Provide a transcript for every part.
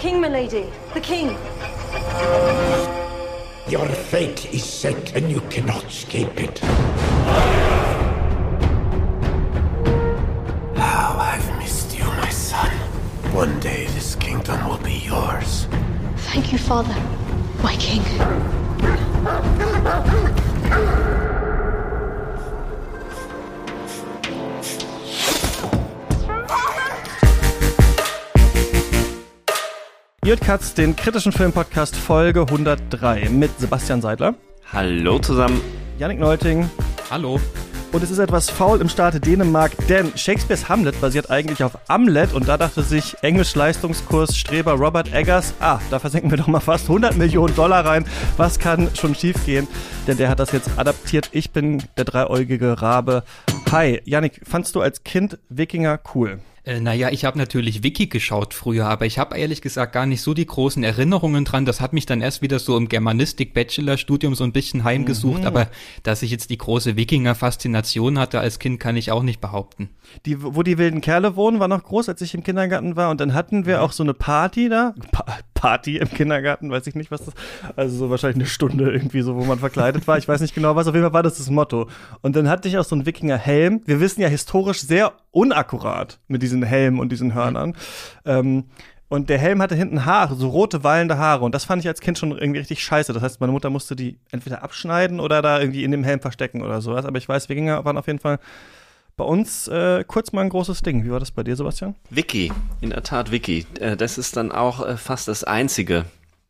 king, milady. The king. Your fate is set and you cannot escape it. How I've missed you, my son. One day this kingdom will be yours. Thank you, Father. My king. Ihr Katz, den kritischen Filmpodcast Folge 103 mit Sebastian Seidler. Hallo zusammen. Yannick Neulting. Hallo. Und es ist etwas faul im Staate Dänemark, denn Shakespeares Hamlet basiert eigentlich auf Amlet und da dachte sich Englisch-Leistungskurs Streber Robert Eggers, da versenken wir doch mal fast 100 Millionen Dollar rein. Was kann schon schief gehen? Denn der hat das jetzt adaptiert. Ich bin der dreieugige Rabe. Hi, Yannick, fandst du als Kind Wikinger cool? Naja, ich habe natürlich Wiki geschaut früher, aber ich habe ehrlich gesagt gar nicht so die großen Erinnerungen dran. Das hat mich dann erst wieder so im Germanistik-Bachelor-Studium so ein bisschen heimgesucht, aber dass ich jetzt die große Wikinger-Faszination hatte als Kind, kann ich auch nicht behaupten. Wo die wilden Kerle wohnen, war noch groß, als ich im Kindergarten war und dann hatten wir auch so eine Party da. Party im Kindergarten, weiß ich nicht, was das, also so wahrscheinlich eine Stunde irgendwie so, wo man verkleidet war. Ich weiß nicht genau was, auf jeden Fall war das Motto. Und dann hatte ich auch so einen Wikinger-Helm. Wir wissen ja historisch sehr unakkurat mit diesen Helmen und diesen Hörnern. Und der Helm hatte hinten Haare, so rote, wallende Haare. Und das fand ich als Kind schon irgendwie richtig scheiße. Das heißt, meine Mutter musste die entweder abschneiden oder da irgendwie in dem Helm verstecken oder sowas. Aber ich weiß, Wikinger waren auf jeden Fall bei uns kurz mal ein großes Ding. Wie war das bei dir, Sebastian? Wiki, in der Tat Wiki. Das ist dann auch fast das Einzige.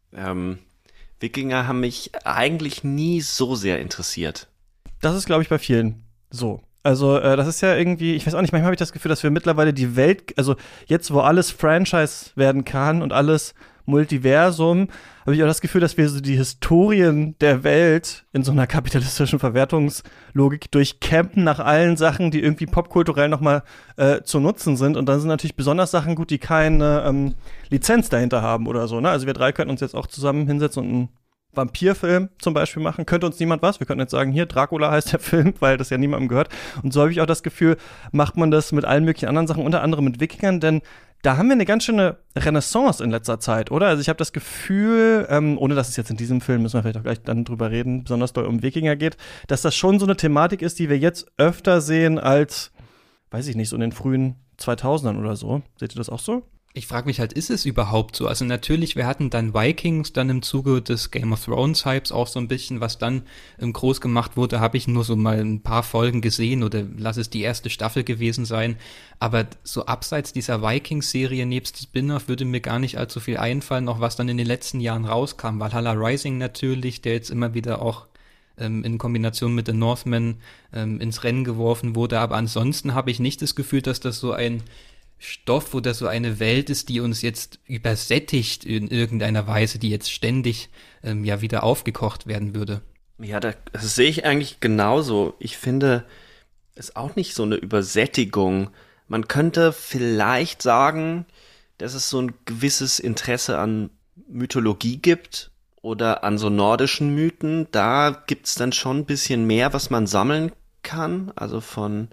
Wikinger haben mich eigentlich nie so sehr interessiert. Das ist, glaube ich, bei vielen so. Also das ist ja irgendwie, ich weiß auch nicht, manchmal habe ich das Gefühl, dass wir mittlerweile die Welt, also jetzt, wo alles Franchise werden kann und alles Multiversum, habe ich auch das Gefühl, dass wir so die Historien der Welt in so einer kapitalistischen Verwertungslogik durchcampen nach allen Sachen, die irgendwie popkulturell nochmal zu nutzen sind. Und dann sind natürlich besonders Sachen gut, die keine Lizenz dahinter haben oder so. Ne? Also wir drei könnten uns jetzt auch zusammen hinsetzen und einen Vampirfilm zum Beispiel machen. Könnte uns niemand was? Wir könnten jetzt sagen, hier, Dracula heißt der Film, weil das ja niemandem gehört. Und so habe ich auch das Gefühl, macht man das mit allen möglichen anderen Sachen, unter anderem mit Wikingern, denn da haben wir eine ganz schöne Renaissance in letzter Zeit, oder? Also ich habe das Gefühl, ohne dass es jetzt in diesem Film, müssen wir vielleicht auch gleich dann drüber reden, besonders doll um Wikinger geht, dass das schon so eine Thematik ist, die wir jetzt öfter sehen als, weiß ich nicht, so in den frühen 2000ern oder so. Seht ihr das auch so? Ich frage mich halt, ist es überhaupt so? Also natürlich, wir hatten dann Vikings dann im Zuge des Game of Thrones Hypes auch so ein bisschen, was dann groß gemacht wurde, habe ich nur so mal ein paar Folgen gesehen oder lass es die erste Staffel gewesen sein. Aber so abseits dieser Vikings-Serie nebst Spin-off würde mir gar nicht allzu viel einfallen, noch was dann in den letzten Jahren rauskam. Valhalla Rising natürlich, der jetzt immer wieder auch in Kombination mit The Northman ins Rennen geworfen wurde. Aber ansonsten habe ich nicht das Gefühl, dass das so ein Stoff oder so eine Welt ist, die uns jetzt übersättigt in irgendeiner Weise, die jetzt ständig wieder aufgekocht werden würde. Ja, das sehe ich eigentlich genauso. Ich finde es auch nicht so eine Übersättigung. Man könnte vielleicht sagen, dass es so ein gewisses Interesse an Mythologie gibt oder an so nordischen Mythen. Da gibt's dann schon ein bisschen mehr, was man sammeln kann, also von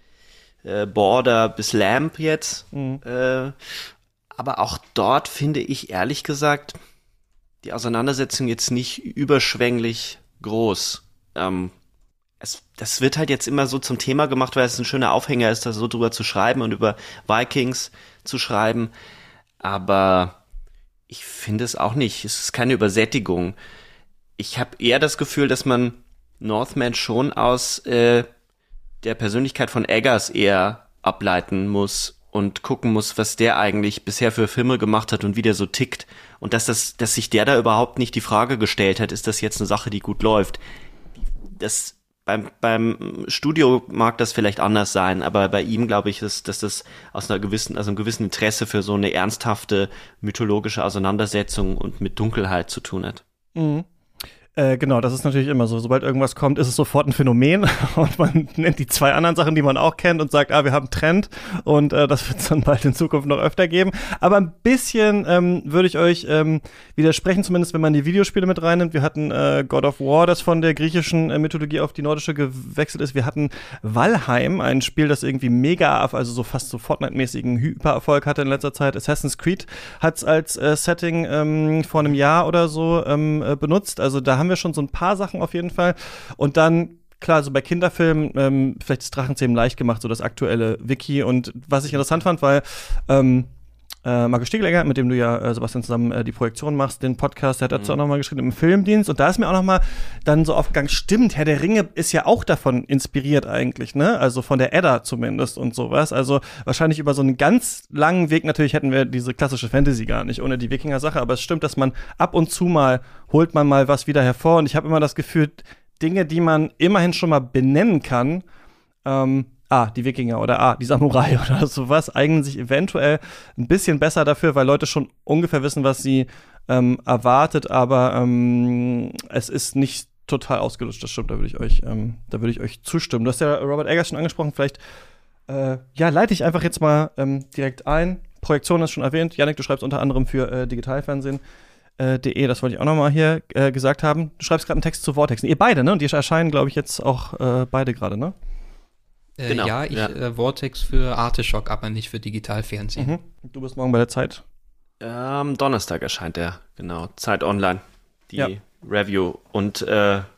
Border bis Lamp jetzt. Aber auch dort finde ich ehrlich gesagt die Auseinandersetzung jetzt nicht überschwänglich groß. Das wird halt jetzt immer so zum Thema gemacht, weil es ein schöner Aufhänger ist, da so drüber zu schreiben und über Vikings zu schreiben. Aber ich finde es auch nicht. Es ist keine Übersättigung. Ich habe eher das Gefühl, dass man Northman schon aus der Persönlichkeit von Eggers eher ableiten muss und gucken muss, was der eigentlich bisher für Filme gemacht hat und wie der so tickt. Und dass sich der da überhaupt nicht die Frage gestellt hat, ist das jetzt eine Sache, die gut läuft? Das beim Studio mag das vielleicht anders sein, aber bei ihm glaube ich, dass das aus einem gewissen Interesse für so eine ernsthafte mythologische Auseinandersetzung und mit Dunkelheit zu tun hat. Mhm. Genau, das ist natürlich immer so. Sobald irgendwas kommt, ist es sofort ein Phänomen und man nennt die 2 anderen Sachen, die man auch kennt und sagt, wir haben einen Trend und das wird es dann bald in Zukunft noch öfter geben. Aber ein bisschen würde ich euch widersprechen, zumindest wenn man die Videospiele mit reinnimmt. Wir hatten God of War, das von der griechischen Mythologie auf die nordische gewechselt ist. Wir hatten Valheim, ein Spiel, das irgendwie mega, also so fast so Fortnite-mäßigen Hypererfolg hatte in letzter Zeit. Assassin's Creed hat es als Setting vor einem Jahr oder so benutzt. Also da haben wir schon so ein paar Sachen auf jeden Fall. Und dann, klar, so bei Kinderfilmen, vielleicht ist Drachenzähmen leicht gemacht, so das aktuelle Wiki. Und was ich interessant fand, weil Markus Stiegelegger, mit dem du ja, Sebastian, zusammen die Projektion machst, den Podcast, der hat dazu auch nochmal geschrieben im Filmdienst. Und da ist mir auch nochmal dann so aufgegangen, stimmt, Herr der Ringe ist ja auch davon inspiriert eigentlich, ne? Also von der Edda zumindest und sowas. Also wahrscheinlich über so einen ganz langen Weg, natürlich hätten wir diese klassische Fantasy gar nicht ohne die Wikinger-Sache. Aber es stimmt, dass man ab und zu mal, holt man mal was wieder hervor. Und ich habe immer das Gefühl, Dinge, die man immerhin schon mal benennen kann, die Wikinger oder die Samurai oder sowas, eignen sich eventuell ein bisschen besser dafür, weil Leute schon ungefähr wissen, was sie erwartet, aber es ist nicht total ausgelutscht, das stimmt, da würde ich euch zustimmen. Du hast ja Robert Eggers schon angesprochen, vielleicht leite ich einfach jetzt mal direkt ein. Projektion ist schon erwähnt. Yannick, du schreibst unter anderem für digitalfernsehen.de, das wollte ich auch noch mal hier gesagt haben. Du schreibst gerade einen Text zu Vortexten. Ihr beide, ne? Und die erscheinen, glaube ich, jetzt auch beide gerade, ne? Genau, Vortex für Arteschock, aber nicht für Digitalfernsehen. Mhm. Du bist morgen bei der Zeit? Am Donnerstag erscheint der, genau. Zeit Online, die Review. Und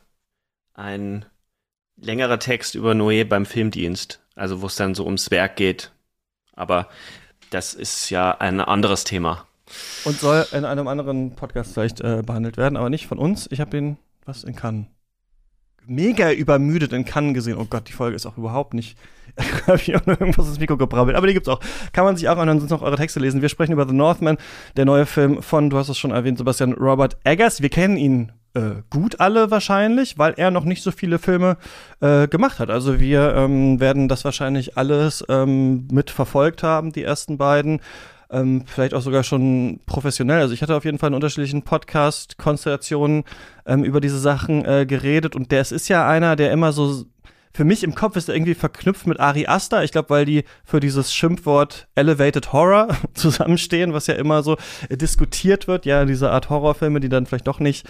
ein längerer Text über Noé beim Filmdienst, also wo es dann so ums Werk geht. Aber das ist ja ein anderes Thema. Und soll in einem anderen Podcast vielleicht behandelt werden, aber nicht von uns. Ich habe den, in Cannes? Mega übermüdet in Cannes gesehen. Oh Gott, die Folge ist auch überhaupt nicht. Habe ich auch nur irgendwas ins Mikro gebrabbelt. Aber die gibt's auch. Kann man sich auch anhören, sonst noch eure Texte lesen. Wir sprechen über The Northman, der neue Film von, du hast es schon erwähnt, Sebastian, Robert Eggers. Wir kennen ihn gut alle wahrscheinlich, weil er noch nicht so viele Filme gemacht hat. Also wir werden das wahrscheinlich alles mitverfolgt haben, die ersten beiden. Vielleicht auch sogar schon professionell. Also ich hatte auf jeden Fall in unterschiedlichen Podcast-Konstellationen über diese Sachen geredet und der ist ja einer, der immer so, für mich im Kopf ist er irgendwie verknüpft mit Ari Aster. Ich glaube, weil die für dieses Schimpfwort Elevated Horror zusammenstehen, was ja immer so diskutiert wird. Ja, diese Art Horrorfilme, die dann vielleicht doch nicht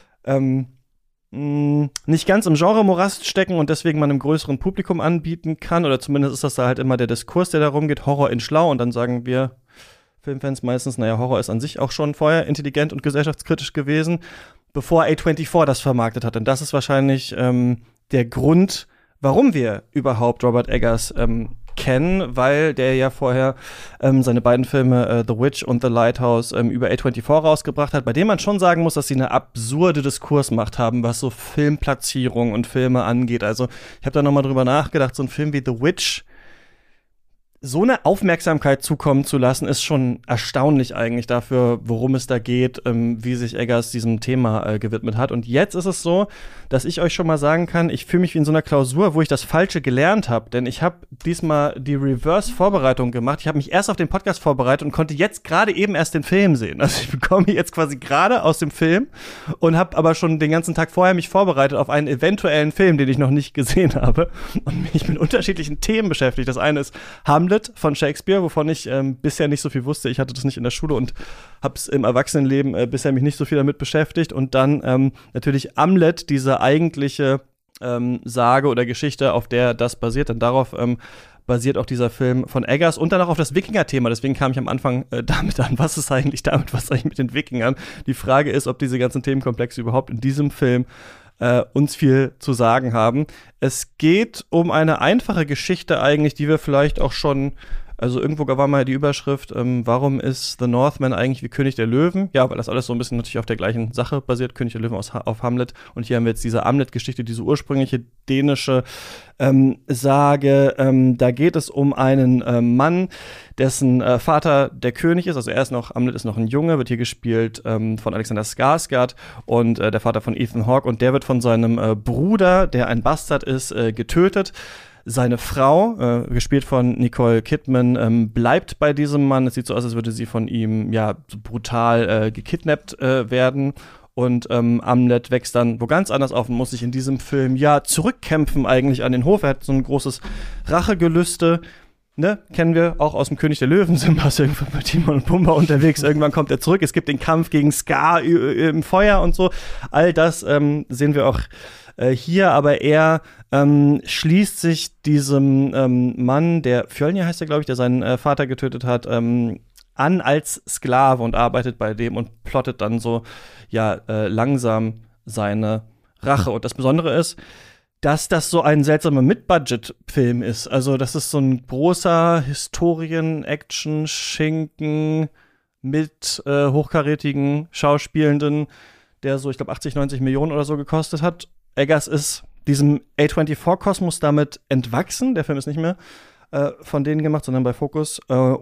ganz im Genre-Morast stecken und deswegen man einem größeren Publikum anbieten kann. Oder zumindest ist das da halt immer der Diskurs, der darum geht, Horror in schlau. Und dann sagen wir Filmfans meistens, Horror ist an sich auch schon vorher intelligent und gesellschaftskritisch gewesen, bevor A24 das vermarktet hat. Und das ist wahrscheinlich der Grund, warum wir überhaupt Robert Eggers kennen, weil der ja vorher seine beiden Filme The Witch und The Lighthouse über A24 rausgebracht hat, bei dem man schon sagen muss, dass sie eine absurde Diskursmacht haben, was so Filmplatzierung und Filme angeht. Also ich habe da noch mal drüber nachgedacht, so ein Film wie The Witch so eine Aufmerksamkeit zukommen zu lassen, ist schon erstaunlich eigentlich dafür, worum es da geht, wie sich Eggers diesem Thema gewidmet hat. Und jetzt ist es so, dass ich euch schon mal sagen kann, ich fühle mich wie in so einer Klausur, wo ich das Falsche gelernt habe. Denn ich habe diesmal die Reverse-Vorbereitung gemacht. Ich habe mich erst auf den Podcast vorbereitet und konnte jetzt gerade eben erst den Film sehen. Also ich bekomme jetzt quasi gerade aus dem Film und habe aber schon den ganzen Tag vorher mich vorbereitet auf einen eventuellen Film, den ich noch nicht gesehen habe. Und mich mit unterschiedlichen Themen beschäftigt. Das eine ist Hamlet von Shakespeare, wovon ich bisher nicht so viel wusste. Ich hatte das nicht in der Schule und habe es im Erwachsenenleben bisher mich nicht so viel damit beschäftigt. Und dann natürlich Hamlet, diese eigentliche Sage oder Geschichte, auf der das basiert. Denn darauf basiert auch dieser Film von Eggers und dann auch auf das Wikinger-Thema. Deswegen kam ich am Anfang damit an, was ist eigentlich mit den Wikingern? Die Frage ist, ob diese ganzen Themenkomplexe überhaupt in diesem Film uns viel zu sagen haben. Es geht um eine einfache Geschichte eigentlich, die wir vielleicht auch schon, also irgendwo war mal die Überschrift, warum ist The Northman eigentlich wie König der Löwen? Ja, weil das alles so ein bisschen natürlich auf der gleichen Sache basiert, König der Löwen auf Hamlet. Und hier haben wir jetzt diese Hamlet-Geschichte, diese ursprüngliche dänische Sage. Da geht es um einen Mann, dessen Vater der König ist. Also Hamlet ist noch ein Junge, wird hier gespielt von Alexander Skarsgård und der Vater von Ethan Hawke. Und der wird von seinem Bruder, der ein Bastard ist, getötet. Seine Frau, gespielt von Nicole Kidman, bleibt bei diesem Mann. Es sieht so aus, als würde sie von ihm so brutal gekidnappt werden. Und Amlet wächst dann wo ganz anders auf und muss sich in diesem Film ja zurückkämpfen eigentlich an den Hof. Er hat so ein großes Rachegelüste, ne? Kennen wir auch aus dem König der Löwen. Simba ist irgendwann mit Timon und Pumba unterwegs. Irgendwann kommt er zurück. Es gibt den Kampf gegen Scar im Feuer und so. All das sehen wir auch hier. Aber er schließt sich diesem Mann, der Fjölnir heißt er, glaube ich, der seinen Vater getötet hat, an als Sklave und arbeitet bei dem und plottet dann so langsam seine Rache. Und das Besondere ist, dass das so ein seltsamer Mid-Budget-Film ist. Also das ist so ein großer Historien-Action-Schinken mit hochkarätigen Schauspielenden, der so, ich glaube, 80, 90 Millionen oder so gekostet hat. Eggers ist diesem A24-Kosmos damit entwachsen. Der Film ist nicht mehr von denen gemacht, sondern bei Focus.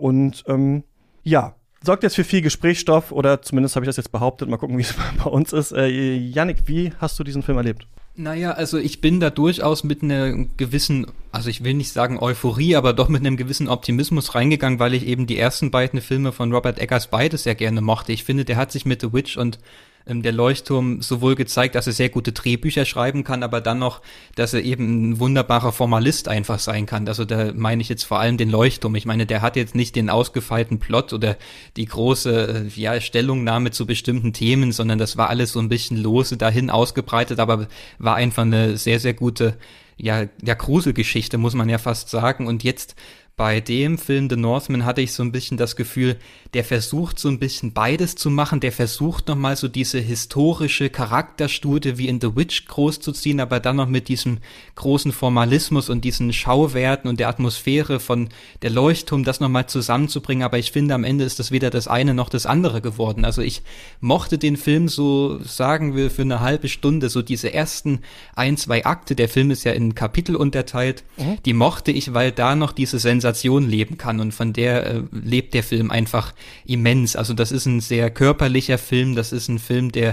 Sorgt jetzt für viel Gesprächsstoff, oder zumindest habe ich das jetzt behauptet. Mal gucken, wie es bei uns ist. Yannick, wie hast du diesen Film erlebt? Naja, also ich bin da durchaus mit einer gewissen, also ich will nicht sagen Euphorie, aber doch mit einem gewissen Optimismus reingegangen, weil ich eben die ersten beiden Filme von Robert Eggers beide sehr gerne mochte. Ich finde, der hat sich mit The Witch und der Leuchtturm sowohl gezeigt, dass er sehr gute Drehbücher schreiben kann, aber dann noch, dass er eben ein wunderbarer Formalist einfach sein kann. Also da meine ich jetzt vor allem den Leuchtturm. Ich meine, der hat jetzt nicht den ausgefeilten Plot oder die große Stellungnahme zu bestimmten Themen, sondern das war alles so ein bisschen lose dahin ausgebreitet, aber war einfach eine sehr, sehr gute Gruselgeschichte, muss man ja fast sagen. Und jetzt bei dem Film The Northman hatte ich so ein bisschen das Gefühl, der versucht so ein bisschen beides zu machen, der versucht nochmal so diese historische Charakterstudie wie in The Witch groß zu ziehen, aber dann noch mit diesem großen Formalismus und diesen Schauwerten und der Atmosphäre von der Leuchtturm das nochmal zusammenzubringen, aber ich finde, am Ende ist das weder das eine noch das andere geworden. Also ich mochte den Film so, sagen wir, für eine halbe Stunde, so diese ersten 1, 2 Akte, der Film ist ja in Kapitel unterteilt, die mochte ich, weil da noch diese Sensation leben kann und von der lebt der Film einfach immens. Also das ist ein sehr körperlicher Film, das ist ein Film, der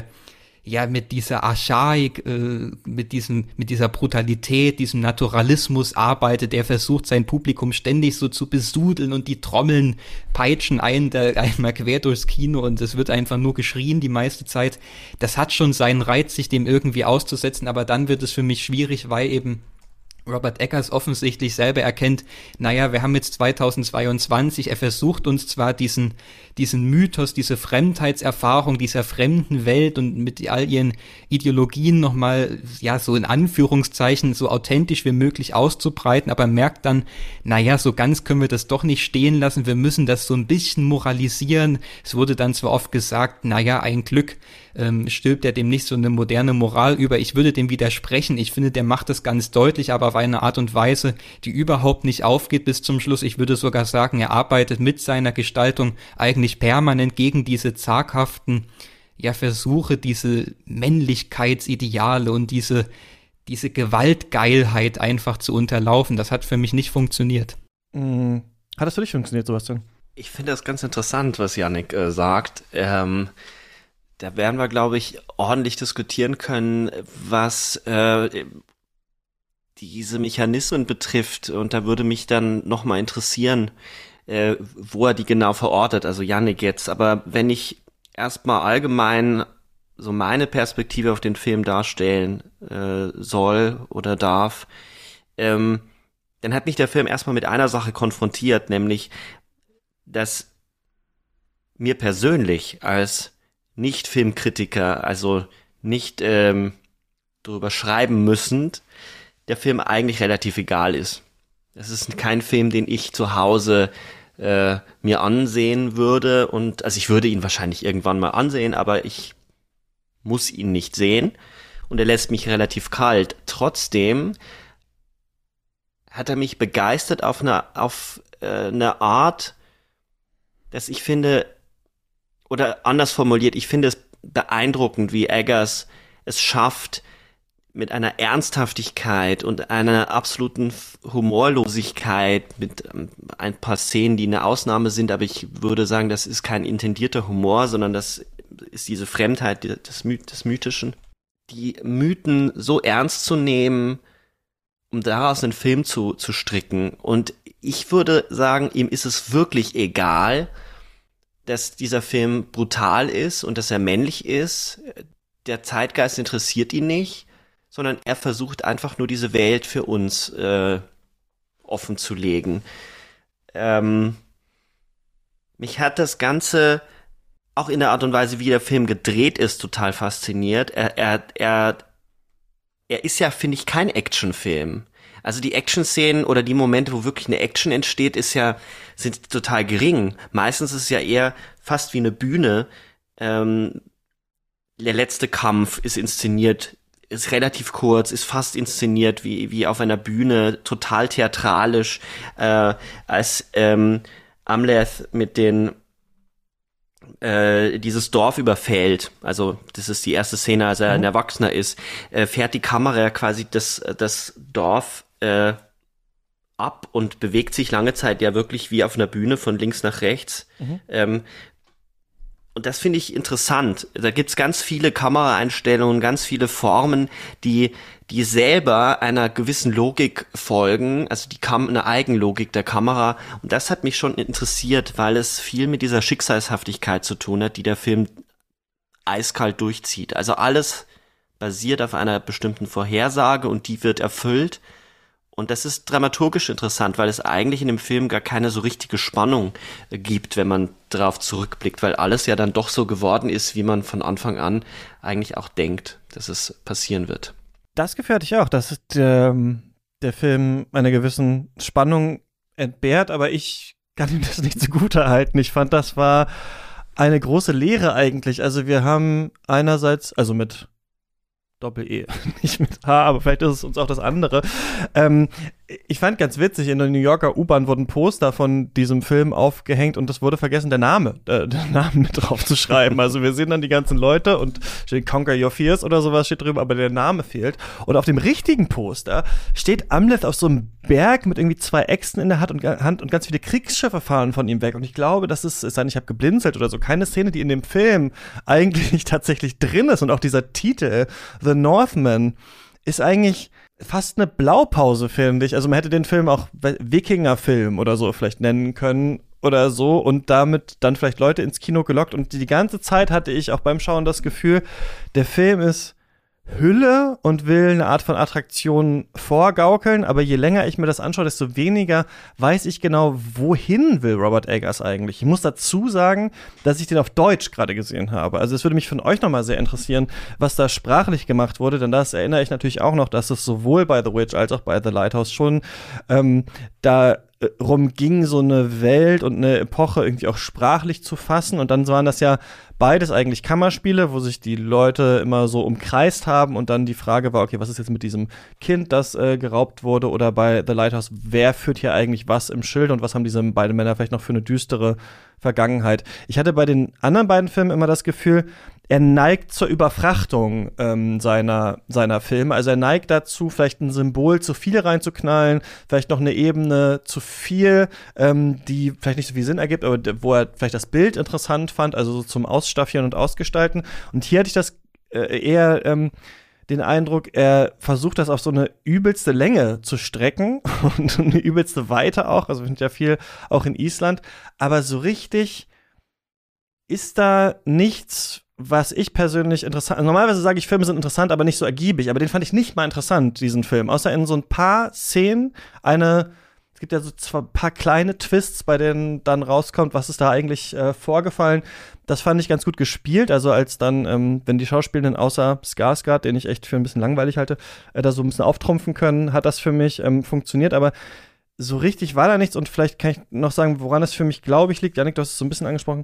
mit dieser Archaik, mit dieser Brutalität, diesem Naturalismus arbeitet, der versucht, sein Publikum ständig so zu besudeln und die Trommeln peitschen einmal quer durchs Kino und es wird einfach nur geschrien die meiste Zeit. Das hat schon seinen Reiz, sich dem irgendwie auszusetzen, aber dann wird es für mich schwierig, weil eben Robert Eggers offensichtlich selber erkennt, wir haben jetzt 2022, er versucht uns zwar diesen Mythos, diese Fremdheitserfahrung dieser fremden Welt und mit all ihren Ideologien nochmal, so in Anführungszeichen, so authentisch wie möglich auszubreiten, aber merkt dann, so ganz können wir das doch nicht stehen lassen, wir müssen das so ein bisschen moralisieren. Es wurde dann zwar oft gesagt, ein Glück stülpt er dem nicht so eine moderne Moral über. Ich würde dem widersprechen. Ich finde, der macht das ganz deutlich, aber auf eine Art und Weise, die überhaupt nicht aufgeht bis zum Schluss. Ich würde sogar sagen, er arbeitet mit seiner Gestaltung eigentlich permanent gegen diese zaghaften Versuche, diese Männlichkeitsideale und diese Gewaltgeilheit einfach zu unterlaufen. Das hat für mich nicht funktioniert. Hat das für dich funktioniert, Sebastian? Ich finde das ganz interessant, was Yannick sagt. Da werden wir, glaube ich, ordentlich diskutieren können, was diese Mechanismen betrifft. Und da würde mich dann nochmal interessieren, wo er die genau verortet, also Yannick jetzt. Aber wenn ich erstmal allgemein so meine Perspektive auf den Film darstellen soll oder darf, dann hat mich der Film erstmal mit einer Sache konfrontiert, nämlich, dass mir persönlich als Nicht-Filmkritiker, also nicht drüber schreiben müssend, der Film eigentlich relativ egal ist. Es ist kein Film, den ich zu Hause mir ansehen würde und, also ich würde ihn wahrscheinlich irgendwann mal ansehen, aber ich muss ihn nicht sehen und er lässt mich relativ kalt. Trotzdem hat er mich begeistert auf eine Art, dass ich finde, oder anders formuliert, ich finde es beeindruckend, wie Eggers es schafft, mit einer Ernsthaftigkeit und einer absoluten Humorlosigkeit, mit ein paar Szenen, die eine Ausnahme sind, aber ich würde sagen, das ist kein intendierter Humor, sondern das ist diese Fremdheit des Mythischen. Die Mythen so ernst zu nehmen, um daraus einen Film zu stricken. Und ich würde sagen, ihm ist es wirklich egal, dass dieser Film brutal ist und dass er männlich ist. der Zeitgeist interessiert ihn nicht, sondern er versucht einfach nur diese Welt für uns offen zu legen. Mich hat das Ganze auch in der Art und Weise, wie der Film gedreht ist, total fasziniert. Er ist ja, finde ich, kein Actionfilm. Also die Action-Szenen oder die Momente, wo wirklich eine Action entsteht, sind total gering. Meistens ist es ja eher fast wie eine Bühne. Der letzte Kampf ist inszeniert, ist relativ kurz, ist fast inszeniert wie auf einer Bühne, total theatralisch, als Amleth mit dieses Dorf überfällt, also das ist die erste Szene, als er ein Erwachsener ist, fährt die Kamera quasi das Dorf ab und bewegt sich lange Zeit ja wirklich wie auf einer Bühne von links nach rechts. Und das finde ich interessant. Da gibt's ganz viele Kameraeinstellungen, ganz viele Formen, die selber einer gewissen Logik folgen, also eine Eigenlogik der Kamera. Und das hat mich schon interessiert, weil es viel mit dieser Schicksalshaftigkeit zu tun hat, die der Film eiskalt durchzieht. Also alles basiert auf einer bestimmten Vorhersage und die wird erfüllt. Und das ist dramaturgisch interessant, weil es eigentlich in dem Film gar keine so richtige Spannung gibt, wenn man darauf zurückblickt, weil alles ja dann doch so geworden ist, wie man von Anfang an eigentlich auch denkt, dass es passieren wird. Das Gefühl hatte ich auch, dass der Film einer gewissen Spannung entbehrt, aber ich kann ihm das nicht zugute halten. Ich fand, das war eine große Lehre eigentlich. Also wir haben einerseits, also mit Doppel-E, nicht mit H, aber vielleicht ist es uns auch das andere. Ich fand ganz witzig, in der New Yorker U-Bahn wurden Poster von diesem Film aufgehängt und es wurde vergessen, den Namen mit drauf zu schreiben. Also wir sehen dann die ganzen Leute und steht Conquer Your Fears oder sowas steht drüber, aber der Name fehlt. Und auf dem richtigen Poster steht Amleth auf so einem Berg mit irgendwie 2 Äxten in der Hand und ganz viele Kriegsschiffe fahren von ihm weg. Und ich glaube, das ist ich habe geblinzelt oder so, keine Szene, die in dem Film eigentlich tatsächlich drin ist. Und auch dieser Titel, The Northman, ist eigentlich fast eine Blaupause, finde ich. Also man hätte den Film auch Wikinger-Film oder so vielleicht nennen können oder so und damit dann vielleicht Leute ins Kino gelockt. Und die ganze Zeit hatte ich auch beim Schauen das Gefühl, der Film ist Hülle und will eine Art von Attraktion vorgaukeln, aber je länger ich mir das anschaue, desto weniger weiß ich genau, wohin will Robert Eggers eigentlich. Ich muss dazu sagen, dass ich den auf Deutsch gerade gesehen habe. Also es würde mich von euch nochmal sehr interessieren, was da sprachlich gemacht wurde, denn das erinnere ich natürlich auch noch, dass es sowohl bei The Witch als auch bei The Lighthouse schon darum ging, so eine Welt und eine Epoche irgendwie auch sprachlich zu fassen. Und dann waren das ja beides eigentlich Kammerspiele, wo sich die Leute immer so umkreist haben und dann die Frage war, okay, was ist jetzt mit diesem Kind, das geraubt wurde, oder bei The Lighthouse, wer führt hier eigentlich was im Schild und was haben diese beiden Männer vielleicht noch für eine düstere Vergangenheit. Ich hatte bei den anderen beiden Filmen immer das Gefühl, er neigt zur Überfrachtung seiner Filme. Also er neigt dazu, vielleicht ein Symbol zu viel reinzuknallen, vielleicht noch eine Ebene zu viel, die vielleicht nicht so viel Sinn ergibt, aber wo er vielleicht das Bild interessant fand, also so zum Ausstaffieren und Ausgestalten. Und hier hatte ich das eher den Eindruck, er versucht das auf so eine übelste Länge zu strecken und eine übelste Weite auch. Also wir sind ja viel auch in Island, aber so richtig ist da nichts, was ich persönlich interessant. Normalerweise sage ich, Filme sind interessant, aber nicht so ergiebig. Aber den fand ich nicht mal interessant, diesen Film. Außer in so ein paar Szenen. Es gibt ja so ein paar kleine Twists, bei denen dann rauskommt, was ist da eigentlich vorgefallen. Das fand ich ganz gut gespielt. Also als dann, wenn die Schauspielenden außer Skarsgård, den ich echt für ein bisschen langweilig halte, da so ein bisschen auftrumpfen können, hat das für mich funktioniert. Aber so richtig war da nichts. Und vielleicht kann ich noch sagen, woran es für mich, glaube ich, liegt. Jannik, du hast es so ein bisschen angesprochen.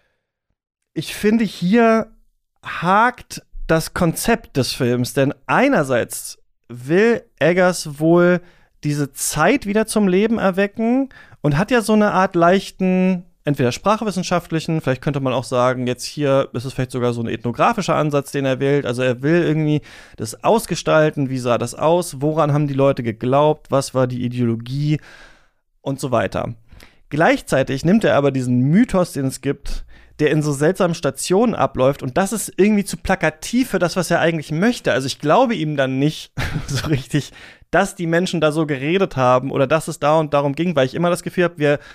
Ich finde, hier hakt das Konzept des Films, denn einerseits will Eggers wohl diese Zeit wieder zum Leben erwecken und hat ja so eine Art leichten, entweder sprachwissenschaftlichen, vielleicht könnte man auch sagen, jetzt hier ist es vielleicht sogar so ein ethnografischer Ansatz, den er wählt. Also er will irgendwie das ausgestalten, wie sah das aus, woran haben die Leute geglaubt, was war die Ideologie und so weiter. Gleichzeitig nimmt er aber diesen Mythos, den es gibt, der in so seltsamen Stationen abläuft und das ist irgendwie zu plakativ für das, was er eigentlich möchte. Also ich glaube ihm dann nicht so richtig, dass die Menschen da so geredet haben oder dass es da und darum ging, weil ich immer das Gefühl habe, wir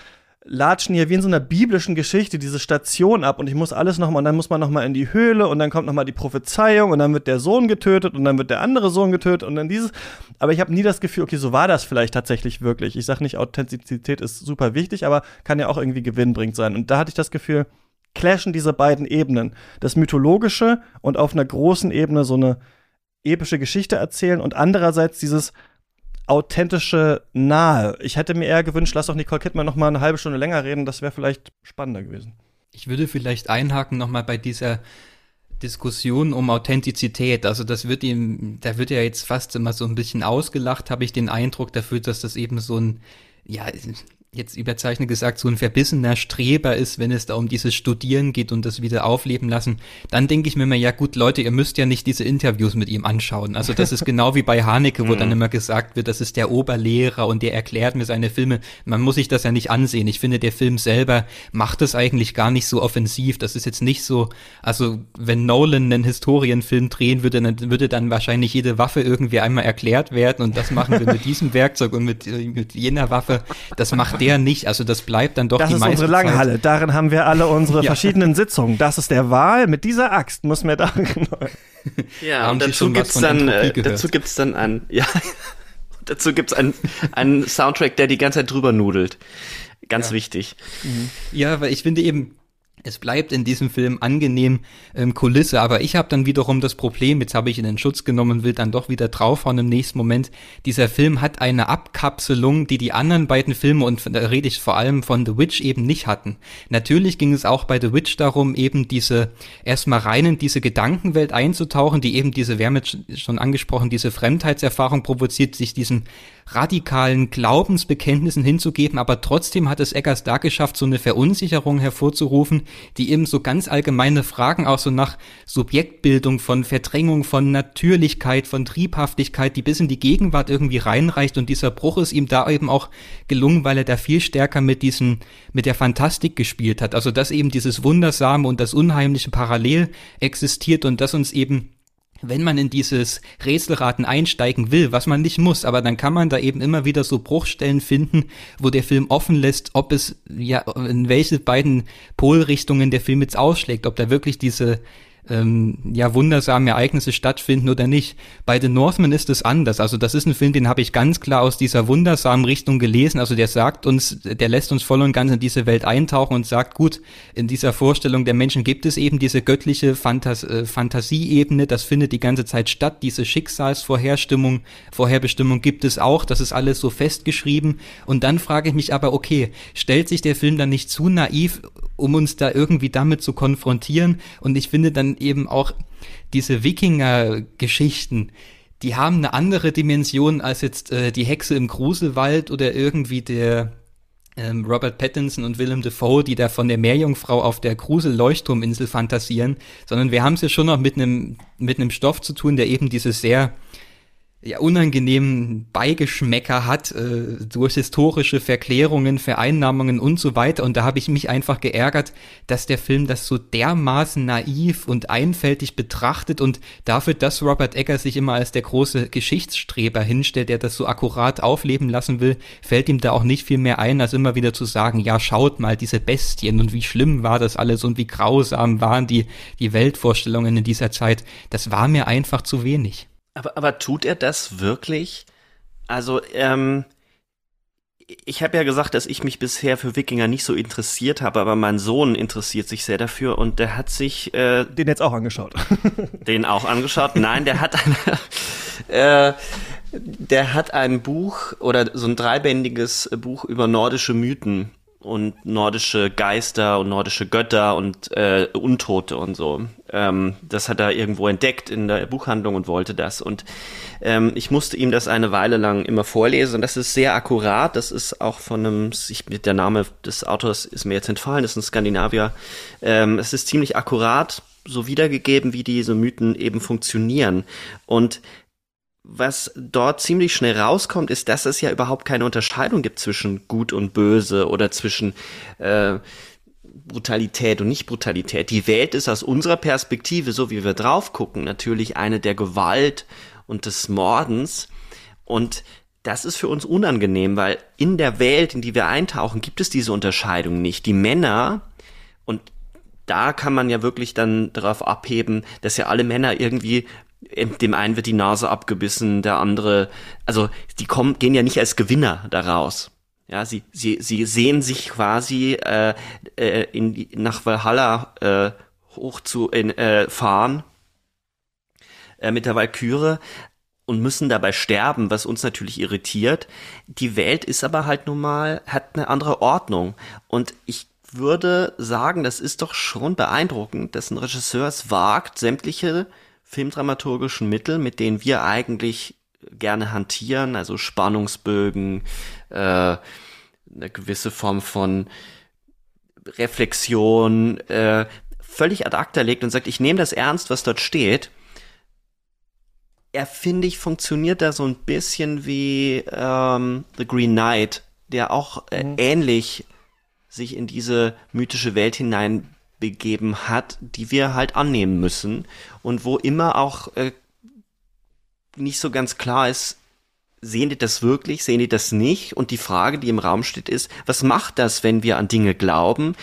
latschen hier wie in so einer biblischen Geschichte diese Station ab und ich muss alles nochmal, und dann muss man nochmal in die Höhle und dann kommt nochmal die Prophezeiung und dann wird der Sohn getötet und dann wird der andere Sohn getötet und dann dieses. Aber ich habe nie das Gefühl, okay, so war das vielleicht tatsächlich wirklich. Ich sage nicht, Authentizität ist super wichtig, aber kann ja auch irgendwie gewinnbringend sein. Und da hatte ich das Gefühl, clashen diese beiden Ebenen. Das Mythologische und auf einer großen Ebene so eine epische Geschichte erzählen und andererseits dieses authentische Nahe. Ich hätte mir eher gewünscht, lass doch Nicole Kidman noch mal eine halbe Stunde länger reden, das wäre vielleicht spannender gewesen. Ich würde vielleicht einhaken noch mal bei dieser Diskussion um Authentizität. Also da wird ja jetzt fast immer so ein bisschen ausgelacht, habe ich den Eindruck dafür, dass das eben so ein, ja, jetzt überzeichnet gesagt, so ein verbissener Streber ist, wenn es da um dieses Studieren geht und das wieder aufleben lassen, dann denke ich mir immer, ja gut, Leute, ihr müsst ja nicht diese Interviews mit ihm anschauen. Also das ist genau wie bei Haneke, wo dann immer gesagt wird, das ist der Oberlehrer und der erklärt mir seine Filme. Man muss sich das ja nicht ansehen. Ich finde, der Film selber macht das eigentlich gar nicht so offensiv. Das ist jetzt nicht so, also wenn Nolan einen Historienfilm drehen würde, dann würde dann wahrscheinlich jede Waffe irgendwie einmal erklärt werden und das machen wir mit diesem Werkzeug und mit jener Waffe. Das macht der nicht, also das bleibt dann doch die meiste Zeit. Das ist unsere Langhalle, darin haben wir alle unsere verschiedenen Sitzungen. Das ist der Wahl, mit dieser Axt muss mir da genau. Ja, und dazu gibt's dann einen Soundtrack, der die ganze Zeit drüber nudelt. Ganz wichtig. Ja, weil ich finde eben, es bleibt in diesem Film angenehm Kulisse, aber ich habe dann wiederum das Problem, jetzt habe ich ihn in Schutz genommen und will dann doch wieder draufhauen im nächsten Moment, dieser Film hat eine Abkapselung, die anderen beiden Filme, und da rede ich vor allem von The Witch, eben nicht hatten. Natürlich ging es auch bei The Witch darum, eben erstmal rein in diese Gedankenwelt einzutauchen, die eben wir haben jetzt schon angesprochen, diese Fremdheitserfahrung provoziert, sich diesen radikalen Glaubensbekenntnissen hinzugeben, aber trotzdem hat es Eggers da geschafft, so eine Verunsicherung hervorzurufen, die eben so ganz allgemeine Fragen auch so nach Subjektbildung, von Verdrängung, von Natürlichkeit, von Triebhaftigkeit, die bis in die Gegenwart irgendwie reinreicht, und dieser Bruch ist ihm da eben auch gelungen, weil er da viel stärker mit der Fantastik gespielt hat, also dass eben dieses Wundersame und das Unheimliche parallel existiert und dass uns eben, wenn man in dieses Rätselraten einsteigen will, was man nicht muss, aber dann kann man da eben immer wieder so Bruchstellen finden, wo der Film offen lässt, ob es, ja, in welche beiden Polrichtungen der Film jetzt ausschlägt, ob da wirklich diese wundersame Ereignisse stattfinden oder nicht. Bei The Northman ist es anders. Also das ist ein Film, den habe ich ganz klar aus dieser wundersamen Richtung gelesen. Also der lässt uns voll und ganz in diese Welt eintauchen und sagt, gut, in dieser Vorstellung der Menschen gibt es eben diese göttliche Fantasieebene, das findet die ganze Zeit statt, diese Schicksalsvorherbestimmung gibt es auch, das ist alles so festgeschrieben. Und dann frage ich mich aber, okay, stellt sich der Film dann nicht zu naiv, um uns da irgendwie damit zu konfrontieren? Und ich finde dann eben auch diese Wikinger-Geschichten, die haben eine andere Dimension als jetzt die Hexe im Gruselwald oder irgendwie der Robert Pattinson und Willem Dafoe, die da von der Meerjungfrau auf der Grusel-Leuchtturminsel fantasieren, sondern wir haben es ja schon noch mit einem Stoff zu tun, der eben diese sehr unangenehmen Beigeschmäcker hat, durch historische Verklärungen, Vereinnahmungen und so weiter. Und da habe ich mich einfach geärgert, dass der Film das so dermaßen naiv und einfältig betrachtet, und dafür, dass Robert Eggers sich immer als der große Geschichtsstreber hinstellt, der das so akkurat aufleben lassen will, fällt ihm da auch nicht viel mehr ein, als immer wieder zu sagen, ja, schaut mal, diese Bestien und wie schlimm war das alles und wie grausam waren die Weltvorstellungen in dieser Zeit. Das war mir einfach zu wenig. Aber tut er das wirklich? Also, ich habe ja gesagt, dass ich mich bisher für Wikinger nicht so interessiert habe, aber mein Sohn interessiert sich sehr dafür und der hat sich den jetzt auch angeschaut. Den auch angeschaut? Nein, der hat ein Buch oder so ein 3-bändiges Buch über nordische Mythen und nordische Geister und nordische Götter und Untote und so. Das hat er irgendwo entdeckt in der Buchhandlung und wollte das. Und ich musste ihm das eine Weile lang immer vorlesen. Und das ist sehr akkurat. Das ist auch von der Name des Autors ist mir jetzt entfallen, das ist ein Skandinavier. Es ist ziemlich akkurat so wiedergegeben, wie diese Mythen eben funktionieren. Und was dort ziemlich schnell rauskommt, ist, dass es ja überhaupt keine Unterscheidung gibt zwischen Gut und Böse oder zwischen Brutalität und Nicht-Brutalität. Die Welt ist aus unserer Perspektive, so wie wir drauf gucken, natürlich eine der Gewalt und des Mordens. Und das ist für uns unangenehm, weil in der Welt, in die wir eintauchen, gibt es diese Unterscheidung nicht. Die Männer, und da kann man ja wirklich dann darauf abheben, dass ja alle Männer irgendwie, dem einen wird die Nase abgebissen, der andere, also die gehen ja nicht als Gewinner daraus. Ja, sie sehen sich quasi nach Valhalla fahren mit der Walküre und müssen dabei sterben, was uns natürlich irritiert. Die Welt ist aber halt nun mal, hat eine andere Ordnung. Und ich würde sagen, das ist doch schon beeindruckend, dass ein Regisseur es wagt, sämtliche filmdramaturgischen Mittel, mit denen wir eigentlich gerne hantieren, also Spannungsbögen, eine gewisse Form von Reflexion, völlig ad acta legt und sagt, ich nehme das ernst, was dort steht. Er, finde ich, funktioniert da so ein bisschen wie The Green Knight, der auch ähnlich sich in diese mythische Welt hineinbegeben hat, die wir halt annehmen müssen und wo immer auch nicht so ganz klar ist, sehen die das wirklich, sehen die das nicht? Und die Frage, die im Raum steht, ist, was macht das, wenn wir an Dinge glauben?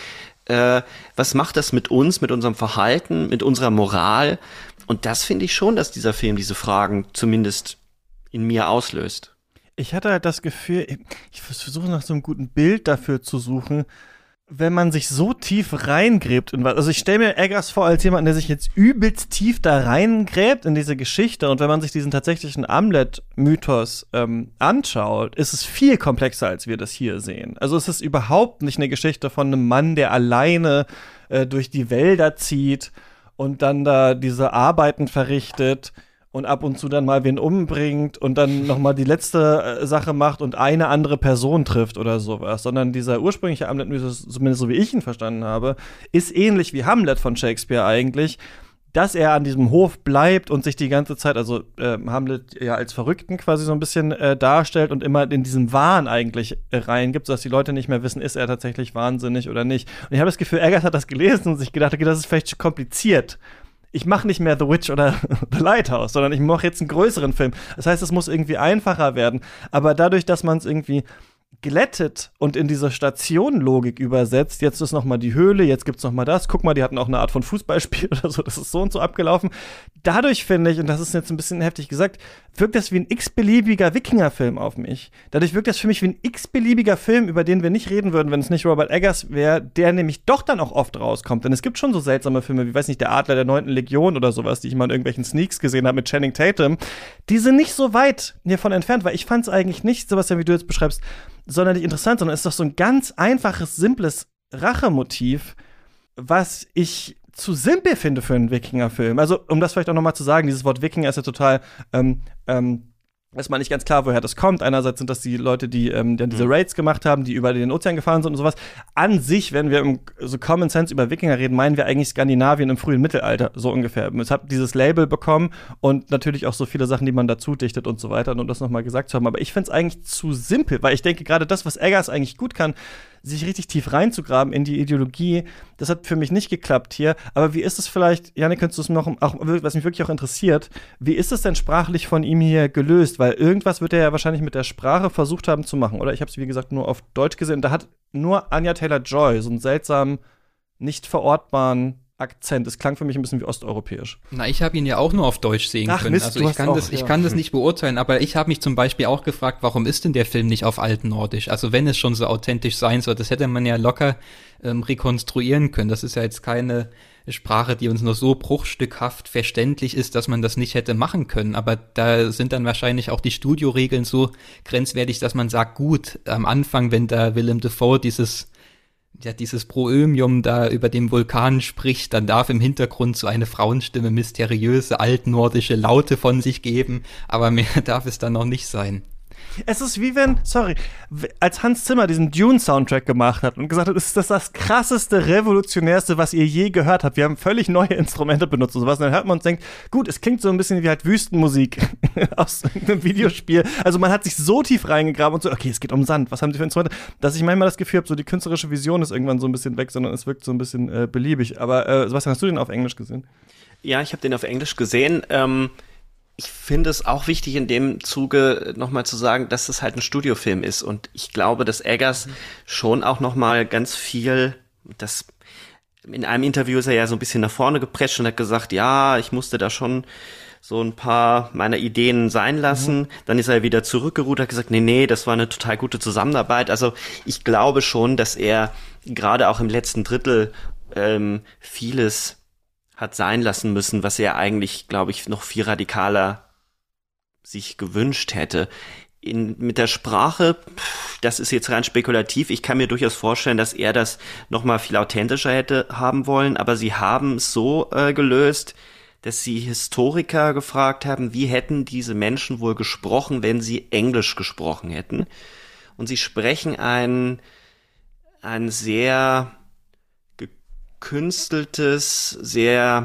Was macht das mit uns, mit unserem Verhalten, mit unserer Moral? Und das finde ich schon, dass dieser Film diese Fragen zumindest in mir auslöst. Ich hatte halt das Gefühl, ich versuche nach so einem guten Bild dafür zu suchen, wenn man sich so tief reingräbt in was. Also ich stelle mir Eggers vor als jemand, der sich jetzt übelst tief da reingräbt in diese Geschichte. Und wenn man sich diesen tatsächlichen Amlet-Mythos anschaut, ist es viel komplexer, als wir das hier sehen. Also es ist überhaupt nicht eine Geschichte von einem Mann, der alleine durch die Wälder zieht und dann da diese Arbeiten verrichtet und ab und zu dann mal wen umbringt und dann nochmal die letzte Sache macht und eine andere Person trifft oder sowas, sondern dieser ursprüngliche Hamlet-Mythos, zumindest so wie ich ihn verstanden habe, ist ähnlich wie Hamlet von Shakespeare eigentlich, dass er an diesem Hof bleibt und sich die ganze Zeit, also Hamlet ja als Verrückten quasi so ein bisschen darstellt und immer in diesen Wahn eigentlich reingibt, sodass die Leute nicht mehr wissen, ist er tatsächlich wahnsinnig oder nicht. Und ich habe das Gefühl, Eggers hat das gelesen und sich gedacht, okay, das ist vielleicht zu kompliziert. Ich mache nicht mehr The Witch oder The Lighthouse, sondern ich mache jetzt einen größeren Film. Das heißt, es muss irgendwie einfacher werden. Aber dadurch, dass man es irgendwie glättet und in diese Stationenlogik übersetzt, jetzt ist noch mal die Höhle, jetzt gibt's noch mal das, guck mal, die hatten auch eine Art von Fußballspiel oder so, das ist so und so abgelaufen. Dadurch finde ich, und das ist jetzt ein bisschen heftig gesagt, wirkt das wie ein x-beliebiger Wikinger-Film auf mich. Dadurch wirkt das für mich wie ein x-beliebiger Film, über den wir nicht reden würden, wenn es nicht Robert Eggers wäre, der nämlich doch dann auch oft rauskommt. Denn es gibt schon so seltsame Filme, wie, weiß nicht, Der Adler der 9. Legion oder sowas, die ich mal in irgendwelchen Sneaks gesehen habe mit Channing Tatum. Die sind nicht so weit hiervon entfernt, weil ich fand es eigentlich nicht, Sebastian, wie du jetzt beschreibst, sonderlich interessant, sondern es ist doch so ein ganz einfaches, simples Rachemotiv, was ich zu simpel finde für einen Wikinger-Film. Also, um das vielleicht auch noch mal zu sagen, dieses Wort Wikinger ist ja total ist mal nicht ganz klar, woher das kommt. Einerseits sind das die Leute, die dann diese Raids gemacht haben, die über den Ozean gefahren sind und sowas. An sich, wenn wir im so Common Sense über Wikinger reden, meinen wir eigentlich Skandinavien im frühen Mittelalter, so ungefähr. Es hat dieses Label bekommen und natürlich auch so viele Sachen, die man dazu dichtet und so weiter, nur das nochmal gesagt zu haben. Aber ich finde es eigentlich zu simpel, weil ich denke, gerade das, was Eggers eigentlich gut kann, sich richtig tief reinzugraben in die Ideologie, das hat für mich nicht geklappt hier. Aber wie ist es vielleicht, Janik, könntest du es noch, auch, was mich wirklich auch interessiert, wie ist es denn sprachlich von ihm hier gelöst? Weil irgendwas wird er ja wahrscheinlich mit der Sprache versucht haben zu machen, oder? Ich habe es, wie gesagt, nur auf Deutsch gesehen. Da hat nur Anya Taylor-Joy so einen seltsamen, nicht verortbaren Akzent. Es klang für mich ein bisschen wie osteuropäisch. Na, ich habe ihn ja auch nur auf Deutsch sehen können. Mist, also ich kann das nicht beurteilen, aber ich habe mich zum Beispiel auch gefragt, warum ist denn der Film nicht auf Altnordisch? Also wenn es schon so authentisch sein soll, das hätte man ja locker rekonstruieren können. Das ist ja jetzt keine Sprache, die uns nur so bruchstückhaft verständlich ist, dass man das nicht hätte machen können. Aber da sind dann wahrscheinlich auch die Studioregeln so grenzwertig, dass man sagt, gut, am Anfang, wenn da Willem Dafoe dieses Proömium da über dem Vulkan spricht, dann darf im Hintergrund so eine Frauenstimme mysteriöse, altnordische Laute von sich geben, aber mehr darf es dann noch nicht sein. Es ist wie wenn, als Hans Zimmer diesen Dune-Soundtrack gemacht hat und gesagt hat, ist das krasseste, revolutionärste, was ihr je gehört habt. Wir haben völlig neue Instrumente benutzt und sowas. Und dann hört man und denkt, gut, es klingt so ein bisschen wie halt Wüstenmusik aus einem Videospiel. Also man hat sich so tief reingegraben und so, okay, es geht um Sand, was haben die für Instrumente? Dass ich manchmal das Gefühl habe, so die künstlerische Vision ist irgendwann so ein bisschen weg, sondern es wirkt so ein bisschen beliebig. Aber Sebastian, hast du den auf Englisch gesehen? Ja, ich habe den auf Englisch gesehen. Ich finde es auch wichtig, in dem Zuge nochmal zu sagen, dass es halt ein Studiofilm ist. Und ich glaube, dass Eggers schon auch nochmal ganz viel, das in einem Interview ist er ja so ein bisschen nach vorne geprescht und hat gesagt, ja, ich musste da schon so ein paar meiner Ideen sein lassen. Dann ist er wieder zurückgeruht, hat gesagt, nee, das war eine total gute Zusammenarbeit. Also ich glaube schon, dass er gerade auch im letzten Drittel vieles hat sein lassen müssen, was er eigentlich, glaube ich, noch viel radikaler sich gewünscht hätte. Mit der Sprache, das ist jetzt rein spekulativ. Ich kann mir durchaus vorstellen, dass er das noch mal viel authentischer hätte haben wollen, aber sie haben es so gelöst, dass sie Historiker gefragt haben, wie hätten diese Menschen wohl gesprochen, wenn sie Englisch gesprochen hätten. Und sie sprechen ein sehr gekünsteltes, sehr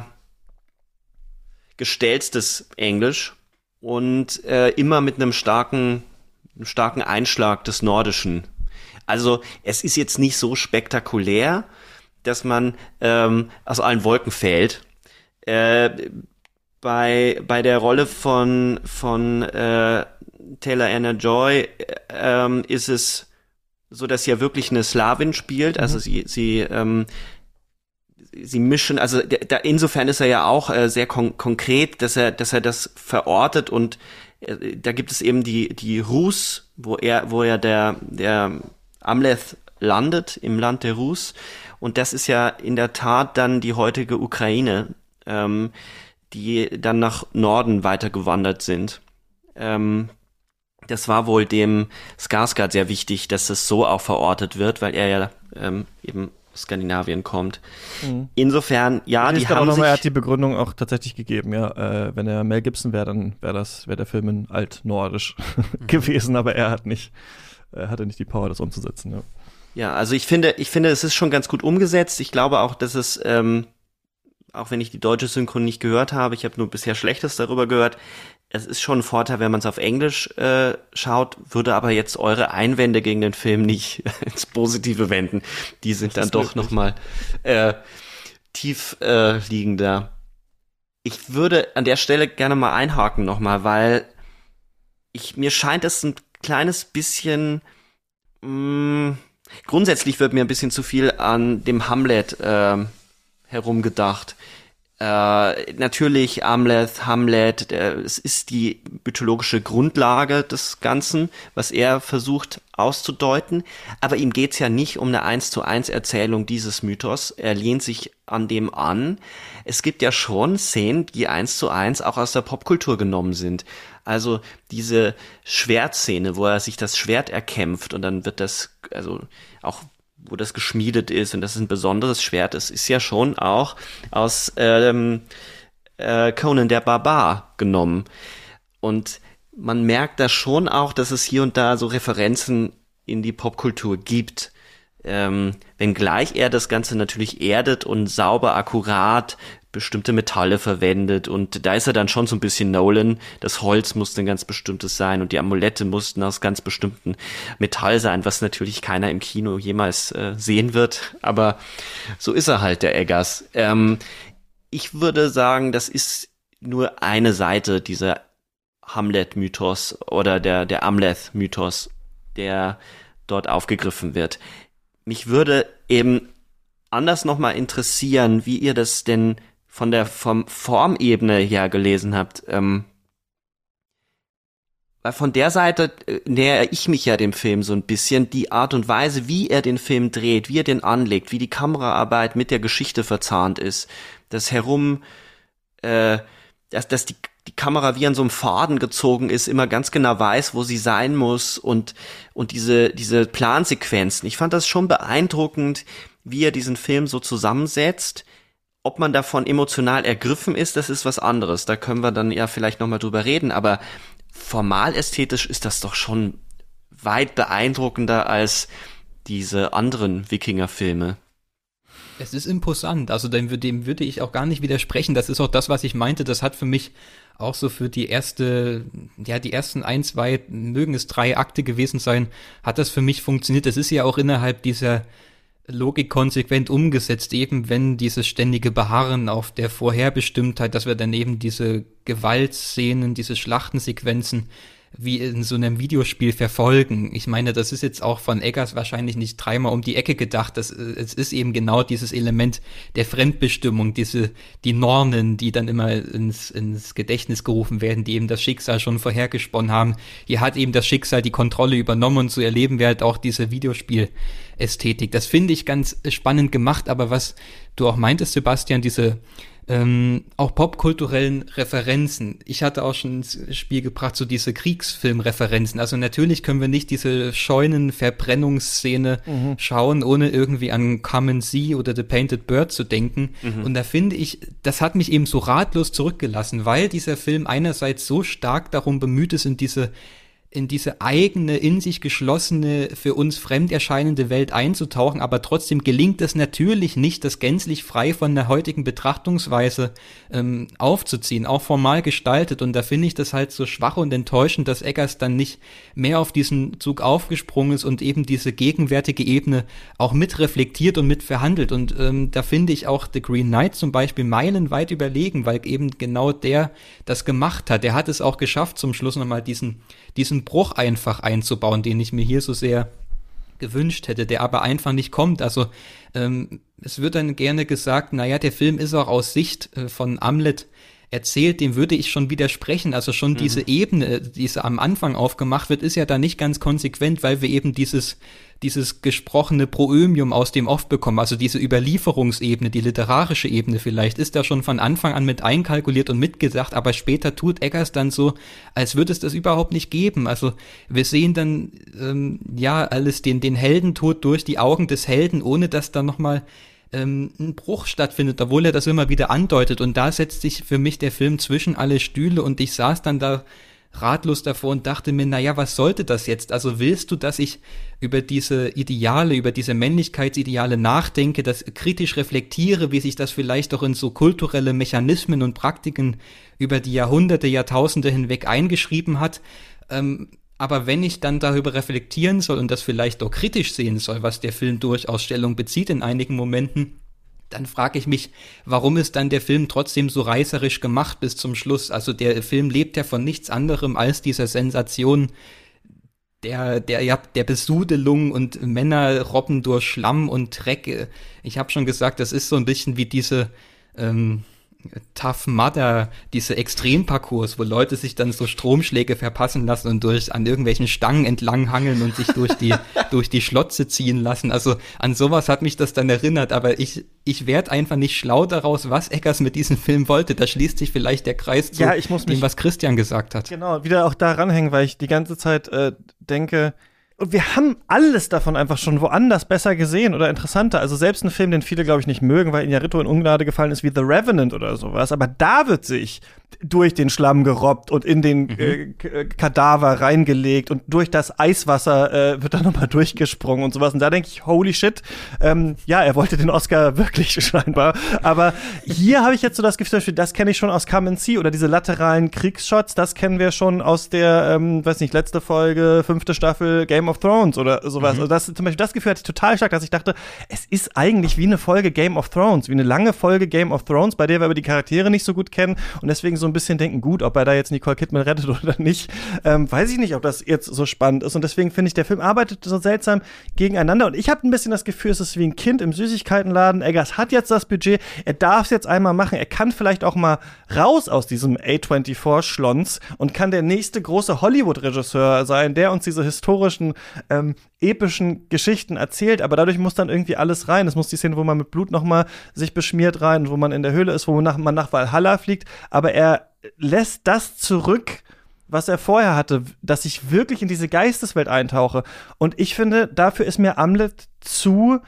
gestelztes Englisch und immer mit einem starken Einschlag des Nordischen. Also es ist jetzt nicht so spektakulär, dass man aus allen Wolken fällt. Bei der Rolle von Taylor Anna Joy ist es so, dass sie ja wirklich eine Slawin spielt. Also sie mischen, also insofern ist er ja auch sehr konkret, dass er das verortet und da gibt es eben die Rus, wo er der Amleth landet, im Land der Rus, und das ist ja in der Tat dann die heutige Ukraine, die dann nach Norden weitergewandert sind. Das war wohl dem Skarsgård sehr wichtig, dass es so auch verortet wird, weil er ja eben Skandinavien kommt. Insofern, ja, die haben sich... Er hat die Begründung auch tatsächlich gegeben, ja. Wenn er Mel Gibson wäre, dann wäre der Film in altnordisch gewesen, aber er hatte nicht die Power, das umzusetzen, ja. Ja, also ich finde, es ist schon ganz gut umgesetzt. Ich glaube auch, dass es, auch wenn ich die deutsche Synchron nicht gehört habe, ich habe nur bisher Schlechtes darüber gehört, es ist schon ein Vorteil, wenn man es auf Englisch schaut, würde aber jetzt eure Einwände gegen den Film nicht ins Positive wenden. Die sind dann doch nochmal tief liegender. Ich würde an der Stelle gerne mal einhaken nochmal, weil mir scheint es ein kleines bisschen, grundsätzlich wird mir ein bisschen zu viel an dem Hamlet herumgedacht. Natürlich Hamlet, es ist die mythologische Grundlage des Ganzen, was er versucht auszudeuten, aber ihm geht's ja nicht um eine 1:1 Erzählung dieses Mythos, er lehnt sich an dem an. Es gibt ja schon Szenen, die 1:1 auch aus der Popkultur genommen sind. Also diese Schwertszene, wo er sich das Schwert erkämpft und dann wird das, also auch wo das geschmiedet ist und das ist ein besonderes Schwert ist ja schon auch aus Conan der Barbar genommen. Und man merkt da schon auch, dass es hier und da so Referenzen in die Popkultur gibt. Wenngleich er das Ganze natürlich erdet und sauber, akkurat bestimmte Metalle verwendet und da ist er dann schon so ein bisschen Nolan. Das Holz musste ein ganz bestimmtes sein und die Amulette mussten aus ganz bestimmten Metall sein, was natürlich keiner im Kino jemals sehen wird, aber so ist er halt, der Eggers. Ich würde sagen, das ist nur eine Seite dieser Hamlet-Mythos oder der Amleth-Mythos, der dort aufgegriffen wird. Mich würde eben anders nochmal interessieren, wie ihr das denn vom Formebene her gelesen habt. Weil von der Seite nähere ich mich ja dem Film so ein bisschen. Die Art und Weise, wie er den Film dreht, wie er den anlegt, wie die Kameraarbeit mit der Geschichte verzahnt ist. Das dass die Kamera wie an so einem Faden gezogen ist, immer ganz genau weiß, wo sie sein muss und diese Plansequenzen. Ich fand das schon beeindruckend, wie er diesen Film so zusammensetzt. Ob man davon emotional ergriffen ist, das ist was anderes. Da können wir dann ja vielleicht nochmal drüber reden, aber formal ästhetisch ist das doch schon weit beeindruckender als diese anderen Wikinger-Filme. Es ist imposant, also dem würde ich auch gar nicht widersprechen. Das ist auch das, was ich meinte. Das hat für mich auch so für die ersten 1, 2, mögen es 3 Akte gewesen sein, hat das für mich funktioniert. Das ist ja auch innerhalb dieser Logik konsequent umgesetzt, eben wenn dieses ständige Beharren auf der Vorherbestimmtheit, dass wir dann eben diese Gewaltszenen, diese Schlachtensequenzen wie in so einem Videospiel verfolgen. Ich meine, das ist jetzt auch von Eggers wahrscheinlich nicht dreimal um die Ecke gedacht. Es ist eben genau dieses Element der Fremdbestimmung, die Nornen, die dann immer ins Gedächtnis gerufen werden, die eben das Schicksal schon vorhergesponnen haben. Hier hat eben das Schicksal die Kontrolle übernommen und so erleben wir halt auch diese Videospielästhetik. Das finde ich ganz spannend gemacht, aber was du auch meintest, Sebastian, diese auch popkulturellen Referenzen. Ich hatte auch schon ins Spiel gebracht, so diese Kriegsfilmreferenzen. Also natürlich können wir nicht diese Scheunenverbrennungsszene schauen, ohne irgendwie an Come and See oder The Painted Bird zu denken. Und da finde ich, das hat mich eben so ratlos zurückgelassen, weil dieser Film einerseits so stark darum bemüht ist, in diese eigene, in sich geschlossene, für uns fremd erscheinende Welt einzutauchen, aber trotzdem gelingt es natürlich nicht, das gänzlich frei von der heutigen Betrachtungsweise aufzuziehen, auch formal gestaltet. Und da finde ich das halt so schwach und enttäuschend, dass Eggers dann nicht mehr auf diesen Zug aufgesprungen ist und eben diese gegenwärtige Ebene auch mitreflektiert und mitverhandelt. Und da finde ich auch The Green Knight zum Beispiel meilenweit überlegen, weil eben genau der das gemacht hat. Der hat es auch geschafft, zum Schluss nochmal diesen Bruch einfach einzubauen, den ich mir hier so sehr gewünscht hätte, der aber einfach nicht kommt. Also es wird dann gerne gesagt, naja, der Film ist auch aus Sicht von Amlet erzählt, dem würde ich schon widersprechen. Also schon diese Ebene, die am Anfang aufgemacht wird, ist ja da nicht ganz konsequent, weil wir eben dieses gesprochene Proömium aus dem Off bekommen, also diese Überlieferungsebene, die literarische Ebene vielleicht, ist da schon von Anfang an mit einkalkuliert und mitgedacht, aber später tut Eggers dann so, als würde es das überhaupt nicht geben. Also wir sehen dann alles den Heldentod durch die Augen des Helden, ohne dass da nochmal ein Bruch stattfindet, obwohl er das immer wieder andeutet. Und da setzt sich für mich der Film zwischen alle Stühle und ich saß dann da ratlos davor und dachte mir, naja, was sollte das jetzt? Also willst du, dass ich über diese Ideale, über diese Männlichkeitsideale nachdenke, das kritisch reflektiere, wie sich das vielleicht auch in so kulturelle Mechanismen und Praktiken über die Jahrhunderte, Jahrtausende hinweg eingeschrieben hat? Aber wenn ich dann darüber reflektieren soll und das vielleicht auch kritisch sehen soll, was der Film durchaus Stellung bezieht in einigen Momenten, dann frage ich mich, warum ist dann der Film trotzdem so reißerisch gemacht bis zum Schluss? Also der Film lebt ja von nichts anderem als dieser Sensation der Besudelung und Männer robben durch Schlamm und Dreck. Ich habe schon gesagt, das ist so ein bisschen wie diese Tough Mudder, diese Extremparcours, wo Leute sich dann so Stromschläge verpassen lassen und an irgendwelchen Stangen entlanghangeln und sich durch die Schlotze ziehen lassen. Also an sowas hat mich das dann erinnert, aber ich werde einfach nicht schlau daraus, was Eggers mit diesem Film wollte. Da schließt sich vielleicht der Kreis zu dem, was Christian gesagt hat. Genau, wieder auch da ranhängen, weil ich die ganze Zeit denke, und wir haben alles davon einfach schon woanders besser gesehen oder interessanter. Also selbst ein Film, den viele, glaube ich, nicht mögen, weil Iñárritu in Ungnade gefallen ist, wie The Revenant oder sowas. Aber da wird sich durch den Schlamm gerobbt und in den Kadaver reingelegt und durch das Eiswasser wird dann nochmal durchgesprungen und sowas. Und da denke ich, holy shit, er wollte den Oscar wirklich scheinbar. Aber hier habe ich jetzt so das Gefühl, das kenne ich schon aus Come and See oder diese lateralen Kriegsshots, das kennen wir schon aus der, letzte Folge, 5. Staffel Game of Thrones oder sowas. Also das, zum Beispiel das Gefühl hatte ich total stark, dass ich dachte, es ist eigentlich wie eine Folge Game of Thrones, wie eine lange Folge Game of Thrones, bei der wir aber die Charaktere nicht so gut kennen und deswegen so ein bisschen denken, gut, ob er da jetzt Nicole Kidman rettet oder nicht, weiß ich nicht, ob das jetzt so spannend ist und deswegen finde ich, der Film arbeitet so seltsam gegeneinander und ich habe ein bisschen das Gefühl, es ist wie ein Kind im Süßigkeitenladen. Eggers hat jetzt das Budget, er darf es jetzt einmal machen, er kann vielleicht auch mal raus aus diesem A24-Schlons und kann der nächste große Hollywood-Regisseur sein, der uns diese historischen epischen Geschichten erzählt, aber dadurch muss dann irgendwie alles rein. Es muss die Szene, wo man mit Blut nochmal sich beschmiert rein, wo man in der Höhle ist, wo man nach Valhalla fliegt, aber er lässt das zurück, was er vorher hatte, dass ich wirklich in diese Geisteswelt eintauche. Und ich finde, dafür ist mir Amlet zu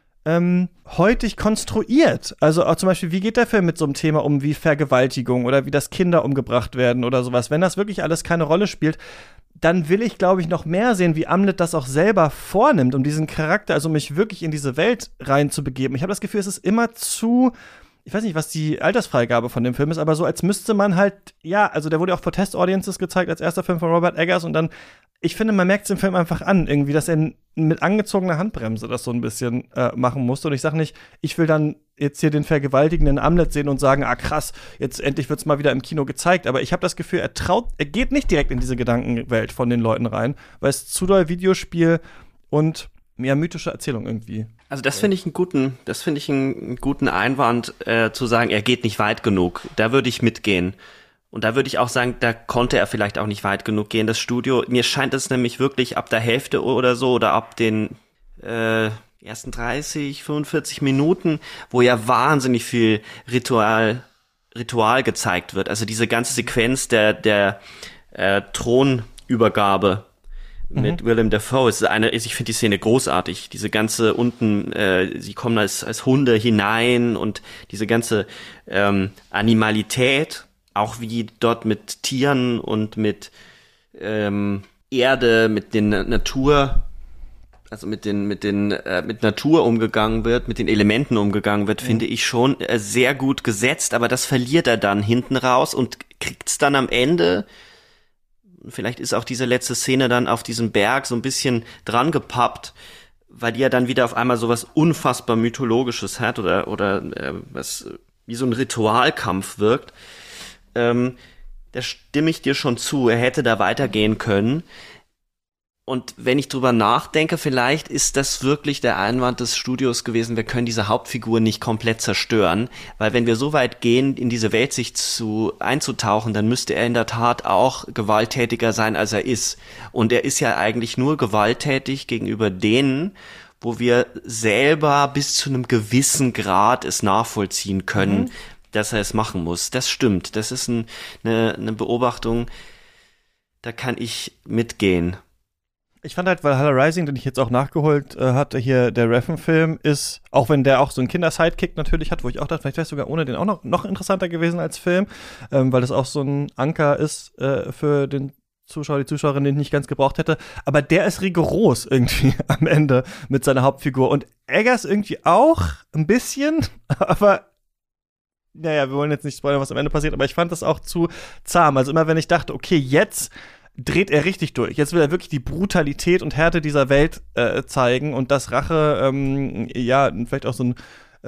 heutig konstruiert. Also auch zum Beispiel, wie geht der Film mit so einem Thema um wie Vergewaltigung oder wie das Kinder umgebracht werden oder sowas. Wenn das wirklich alles keine Rolle spielt, dann will ich, glaube ich, noch mehr sehen, wie Amlet das auch selber vornimmt, um diesen Charakter, also mich wirklich in diese Welt reinzubegeben. Ich habe das Gefühl, es ist immer zu ich weiß nicht, was die Altersfreigabe von dem Film ist, aber so als müsste man halt, ja, also der wurde auch vor Test-Audiences gezeigt als erster Film von Robert Eggers und dann, ich finde, man merkt es im Film einfach an, irgendwie, dass er mit angezogener Handbremse das so ein bisschen machen musste. Und ich sage nicht, ich will dann jetzt hier den vergewaltigenden Hamlet sehen und sagen, ah krass, jetzt endlich wird's mal wieder im Kino gezeigt. Aber ich habe das Gefühl, er geht nicht direkt in diese Gedankenwelt von den Leuten rein, weil es zu doll Videospiel und mehr mythische Erzählung irgendwie. Also das finde ich einen guten Einwand, zu sagen, er geht nicht weit genug. Da würde ich mitgehen. Und da würde ich auch sagen, da konnte er vielleicht auch nicht weit genug gehen. Das Studio, mir scheint es nämlich wirklich ab der Hälfte oder so oder ab den ersten 30, 45 Minuten, wo ja wahnsinnig viel Ritual gezeigt wird. Also diese ganze Sequenz der Thronübergabe mit Willem Dafoe ich finde die Szene großartig. Diese ganze unten, sie kommen als Hunde hinein und diese ganze Animalität, auch wie dort mit Tieren und mit Erde, mit den Natur, also mit Natur umgegangen wird, mit den Elementen umgegangen wird, finde ich schon sehr gut gesetzt, aber das verliert er dann hinten raus und kriegt's dann am Ende. Vielleicht ist auch diese letzte Szene dann auf diesem Berg so ein bisschen dran gepappt, weil die ja dann wieder auf einmal so was unfassbar Mythologisches hat oder was wie so ein Ritualkampf wirkt. Da stimme ich dir schon zu, er hätte da weitergehen können. Und wenn ich drüber nachdenke, vielleicht ist das wirklich der Einwand des Studios gewesen, wir können diese Hauptfigur nicht komplett zerstören, weil wenn wir so weit gehen, in diese Welt sich einzutauchen, dann müsste er in der Tat auch gewalttätiger sein, als er ist. Und er ist ja eigentlich nur gewalttätig gegenüber denen, wo wir selber bis zu einem gewissen Grad es nachvollziehen können, dass er es machen muss. Das stimmt, das ist eine Beobachtung, da kann ich mitgehen. Ich fand halt, weil Valhalla Rising, den ich jetzt auch nachgeholt hatte, hier der Refn-Film ist, auch wenn der auch so einen Kinder-Sidekick natürlich hat, wo ich auch dachte, vielleicht wäre es sogar ohne den auch noch interessanter gewesen als Film, weil das auch so ein Anker ist für den Zuschauer, die Zuschauerin, den ich nicht ganz gebraucht hätte. Aber der ist rigoros irgendwie am Ende mit seiner Hauptfigur. Und Eggers irgendwie auch ein bisschen, aber naja, wir wollen jetzt nicht spoilern, was am Ende passiert, aber ich fand das auch zu zahm. Also immer wenn ich dachte, okay, jetzt dreht er richtig durch. Jetzt will er wirklich die Brutalität und Härte dieser Welt zeigen und dass Rache vielleicht auch so ein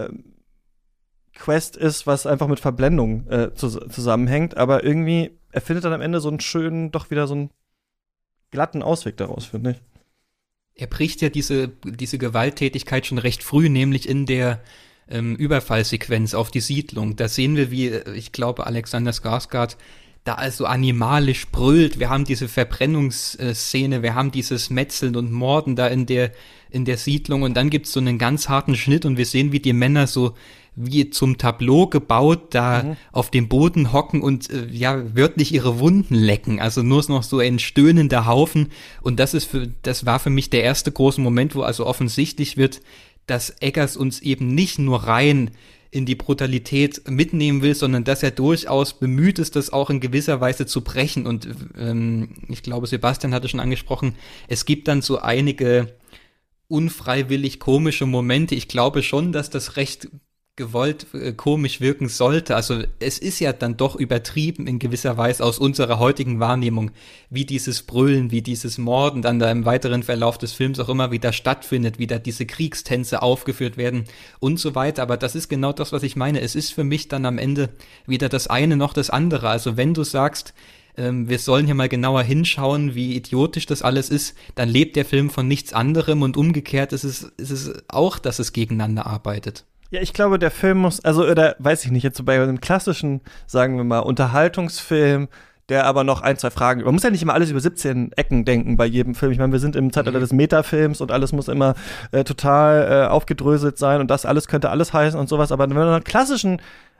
Quest ist, was einfach mit Verblendung zusammenhängt, aber irgendwie er findet dann am Ende so einen schönen, doch wieder so einen glatten Ausweg daraus, finde ich. Er bricht ja diese Gewalttätigkeit schon recht früh, nämlich in der Überfallsequenz auf die Siedlung. Da sehen wir, wie, ich glaube, Alexander Skarsgård da also animalisch brüllt. Wir haben diese Verbrennungsszene, wir haben dieses Metzeln und Morden da in der Siedlung und dann gibt's so einen ganz harten Schnitt und wir sehen, wie die Männer so wie zum Tableau gebaut da auf dem Boden hocken und wörtlich ihre Wunden lecken. Also nur noch so ein stöhnender Haufen und das war für mich der erste große Moment, wo also offensichtlich wird, dass Eggers uns eben nicht nur rein in die Brutalität mitnehmen will, sondern dass er durchaus bemüht ist, das auch in gewisser Weise zu brechen. Und ich glaube, Sebastian hatte schon angesprochen, es gibt dann so einige unfreiwillig komische Momente. Ich glaube schon, dass das recht gewollt komisch wirken sollte. Also es ist ja dann doch übertrieben in gewisser Weise aus unserer heutigen Wahrnehmung, wie dieses Brüllen, wie dieses Morden dann da im weiteren Verlauf des Films auch immer wieder stattfindet, wie da diese Kriegstänze aufgeführt werden und so weiter. Aber das ist genau das, was ich meine. Es ist für mich dann am Ende weder das eine noch das andere. Also wenn du sagst, wir sollen hier mal genauer hinschauen, wie idiotisch das alles ist, dann lebt der Film von nichts anderem und umgekehrt ist es auch, dass es gegeneinander arbeitet. Ja, ich glaube, der Film muss, oder weiß ich nicht, jetzt so bei einem klassischen, sagen wir mal, Unterhaltungsfilm, der aber noch ein, zwei Fragen, man muss ja nicht immer alles über 17 Ecken denken bei jedem Film. Ich meine, wir sind im Zeitalter des Metafilms und alles muss immer total aufgedröselt sein und das alles könnte alles heißen und sowas. Aber wenn man einen klassischen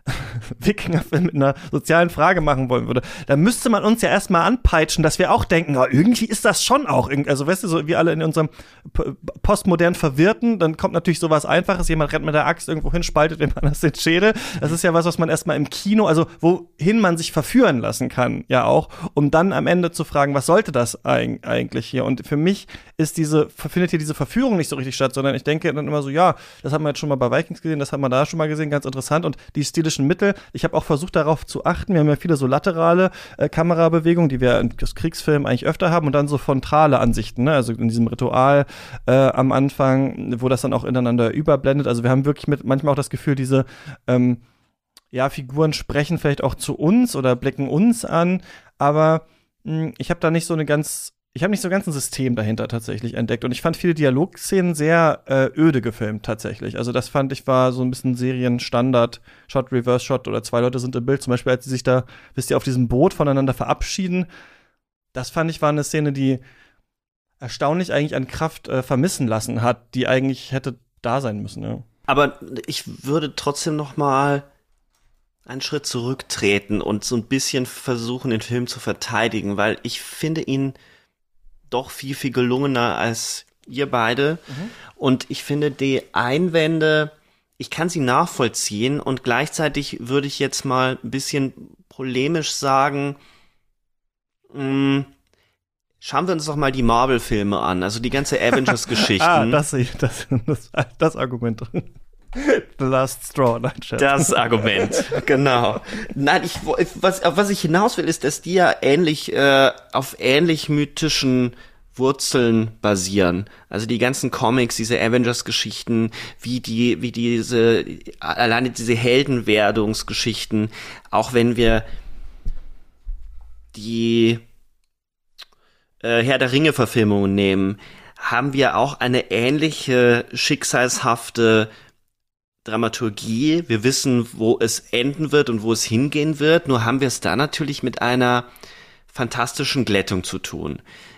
Wikinger-Film mit einer sozialen Frage machen wollen würde, dann müsste man uns ja erstmal anpeitschen, dass wir auch denken, oh, irgendwie ist das schon auch, also weißt du, so wie alle in unserem postmodern Verwirrten, dann kommt natürlich sowas Einfaches, jemand rennt mit der Axt irgendwo hin, spaltet dem anders den Schädel. Das ist ja was man erstmal im Kino, also wohin man sich verführen lassen kann, ja auch, um dann am Ende zu fragen, was sollte das eigentlich hier? Und für mich findet hier diese Verführung nicht so richtig statt, sondern ich denke dann immer so, ja, das haben wir jetzt schon mal bei Vikings gesehen, das haben wir da schon mal gesehen, ganz interessant. Und die stilischen Mittel, ich habe auch versucht, darauf zu achten. Wir haben ja viele so laterale Kamerabewegungen, die wir aus Kriegsfilmen eigentlich öfter haben, und dann so frontale Ansichten, ne? Also in diesem Ritual am Anfang, wo das dann auch ineinander überblendet. Also wir haben wirklich manchmal auch das Gefühl, diese Figuren sprechen vielleicht auch zu uns oder blicken uns an, aber ich habe nicht so ganz ein System dahinter tatsächlich entdeckt. Und ich fand viele Dialogszenen sehr öde gefilmt tatsächlich. Also das fand ich war so ein bisschen Serienstandard, Shot, Reverse Shot oder 2 Leute sind im Bild. Zum Beispiel, als sie sich da, wisst ihr, auf diesem Boot voneinander verabschieden. Das fand ich war eine Szene, die erstaunlich eigentlich an Kraft vermissen lassen hat, die eigentlich hätte da sein müssen. Ja. Aber ich würde trotzdem noch mal einen Schritt zurücktreten und so ein bisschen versuchen, den Film zu verteidigen, weil ich finde ihn doch viel, viel gelungener als ihr beide. Und ich finde die Einwände, ich kann sie nachvollziehen, und gleichzeitig würde ich jetzt mal ein bisschen polemisch sagen, schauen wir uns doch mal die Marvel-Filme an, also die ganze Avengers-Geschichten. Das Argument. The last straw, nein, Scherz. Das Argument, genau. Nein, was ich hinaus will, ist, dass die ja auf ähnlich mythischen Wurzeln basieren. Also die ganzen Comics, diese Avengers-Geschichten, alleine diese Heldenwerdungsgeschichten, auch wenn wir die Herr der Ringe-Verfilmungen nehmen, haben wir auch eine ähnliche schicksalshafte Dramaturgie. Wir wissen, wo es enden wird und wo es hingehen wird. Nur haben wir es da natürlich mit einer fantastischen Glättung zu tun.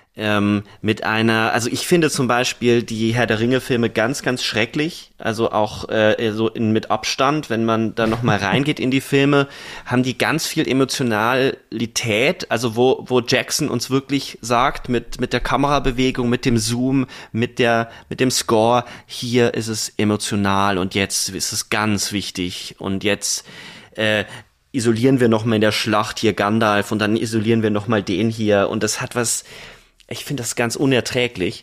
Also ich finde zum Beispiel die Herr der Ringe-Filme ganz, ganz schrecklich. Also auch mit Abstand, wenn man da noch mal reingeht in die Filme, haben die ganz viel Emotionalität. Also wo Jackson uns wirklich sagt, mit der Kamerabewegung, mit dem Zoom, mit dem Score, hier ist es emotional und jetzt ist es ganz wichtig. Und jetzt isolieren wir noch mal in der Schlacht hier Gandalf und dann isolieren wir noch mal den hier. Und das hat was. Ich finde das ganz unerträglich.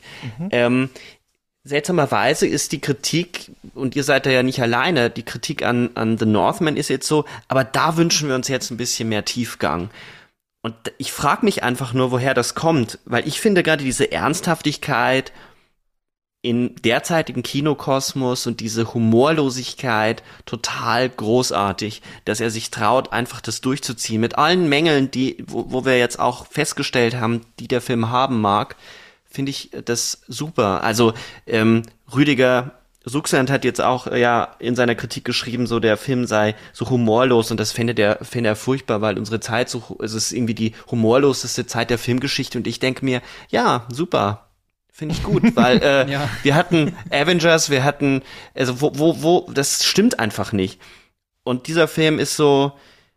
Seltsamerweise ist die Kritik, und ihr seid da ja nicht alleine, die Kritik an The Northman ist jetzt so, aber da wünschen wir uns jetzt ein bisschen mehr Tiefgang. Und ich frage mich einfach nur, woher das kommt, weil ich finde gerade diese Ernsthaftigkeit in derzeitigen Kinokosmos und diese Humorlosigkeit total großartig, dass er sich traut, einfach das durchzuziehen. Mit allen Mängeln, wo wir jetzt auch festgestellt haben, die der Film haben mag, finde ich das super. Also Rüdiger Suchsland hat jetzt auch in seiner Kritik geschrieben, so der Film sei so humorlos, und das fände er furchtbar, weil unsere Zeit es ist irgendwie die humorloseste Zeit der Filmgeschichte, und ich denke mir, ja, super. Finde ich gut, weil wir hatten Avengers, also das stimmt einfach nicht. Und dieser Film ist so,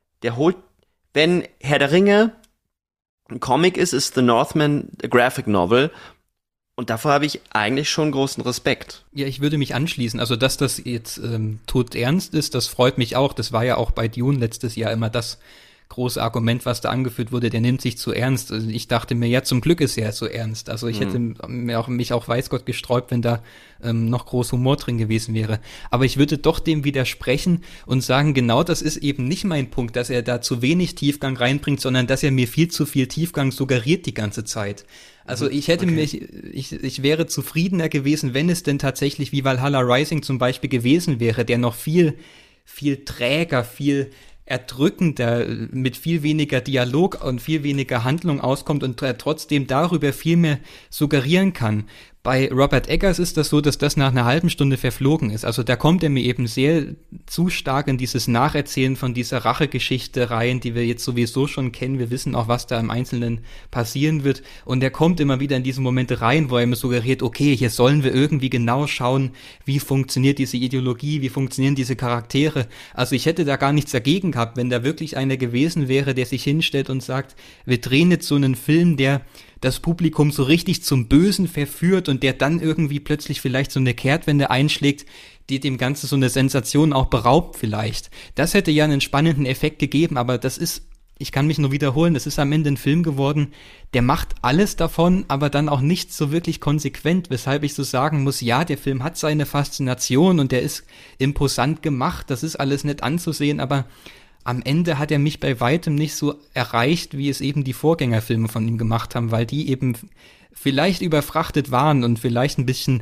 wenn Herr der Ringe ein Comic ist The Northman a Graphic Novel. Und davor habe ich eigentlich schon großen Respekt. Ja, ich würde mich anschließen. Also, dass das jetzt todernst ist, das freut mich auch. Das war ja auch bei Dune letztes Jahr immer das große Argument, was da angeführt wurde, der nimmt sich zu ernst. Also ich dachte mir, ja, zum Glück ist er so ernst. Also ich hätte mich auch weiß Gott gesträubt, wenn da noch groß Humor drin gewesen wäre. Aber ich würde doch dem widersprechen und sagen, genau das ist eben nicht mein Punkt, dass er da zu wenig Tiefgang reinbringt, sondern dass er mir viel zu viel Tiefgang suggeriert die ganze Zeit. Also ich wäre zufriedener gewesen, wenn es denn tatsächlich wie Valhalla Rising zum Beispiel gewesen wäre, der noch viel, viel träger, viel erdrückender, mit viel weniger Dialog und viel weniger Handlung auskommt und trotzdem darüber viel mehr suggerieren kann. Bei Robert Eggers ist das so, dass das nach einer halben Stunde verflogen ist. Also da kommt er mir eben sehr zu stark in dieses Nacherzählen von dieser Rachegeschichte rein, die wir jetzt sowieso schon kennen. Wir wissen auch, was da im Einzelnen passieren wird. Und er kommt immer wieder in diese Momente rein, wo er mir suggeriert, okay, hier sollen wir irgendwie genau schauen, wie funktioniert diese Ideologie, wie funktionieren diese Charaktere. Also ich hätte da gar nichts dagegen gehabt, wenn da wirklich einer gewesen wäre, der sich hinstellt und sagt, wir drehen jetzt so einen Film, der das Publikum so richtig zum Bösen verführt und der dann irgendwie plötzlich vielleicht so eine Kehrtwende einschlägt, die dem Ganzen so eine Sensation auch beraubt vielleicht. Das hätte ja einen spannenden Effekt gegeben, aber das ist, ich kann mich nur wiederholen, das ist am Ende ein Film geworden, der macht alles davon, aber dann auch nicht so wirklich konsequent, weshalb ich so sagen muss, ja, der Film hat seine Faszination und der ist imposant gemacht, das ist alles nett anzusehen, aber am Ende hat er mich bei weitem nicht so erreicht, wie es eben die Vorgängerfilme von ihm gemacht haben, weil die eben vielleicht überfrachtet waren und vielleicht ein bisschen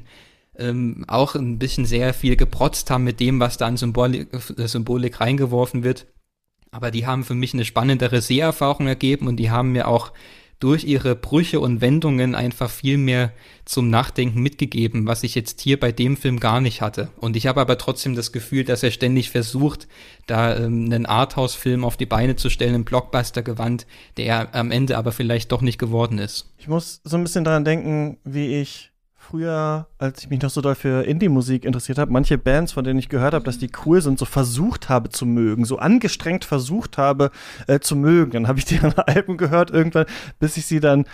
auch ein bisschen sehr viel geprotzt haben mit dem, was da an Symbolik reingeworfen wird. Aber die haben für mich eine spannendere Seherfahrung ergeben und die haben mir auch durch ihre Brüche und Wendungen einfach viel mehr zum Nachdenken mitgegeben, was ich jetzt hier bei dem Film gar nicht hatte. Und ich habe aber trotzdem das Gefühl, dass er ständig versucht, da einen Arthouse-Film auf die Beine zu stellen, einen Blockbuster-Gewand, der am Ende aber vielleicht doch nicht geworden ist. Ich muss so ein bisschen daran denken, wie ich früher, als ich mich noch so doll für Indie-Musik interessiert habe, manche Bands, von denen ich gehört habe, dass die cool sind, so versucht habe zu mögen, so angestrengt versucht habe zu mögen. Dann habe ich deren Alben gehört irgendwann, bis ich sie dann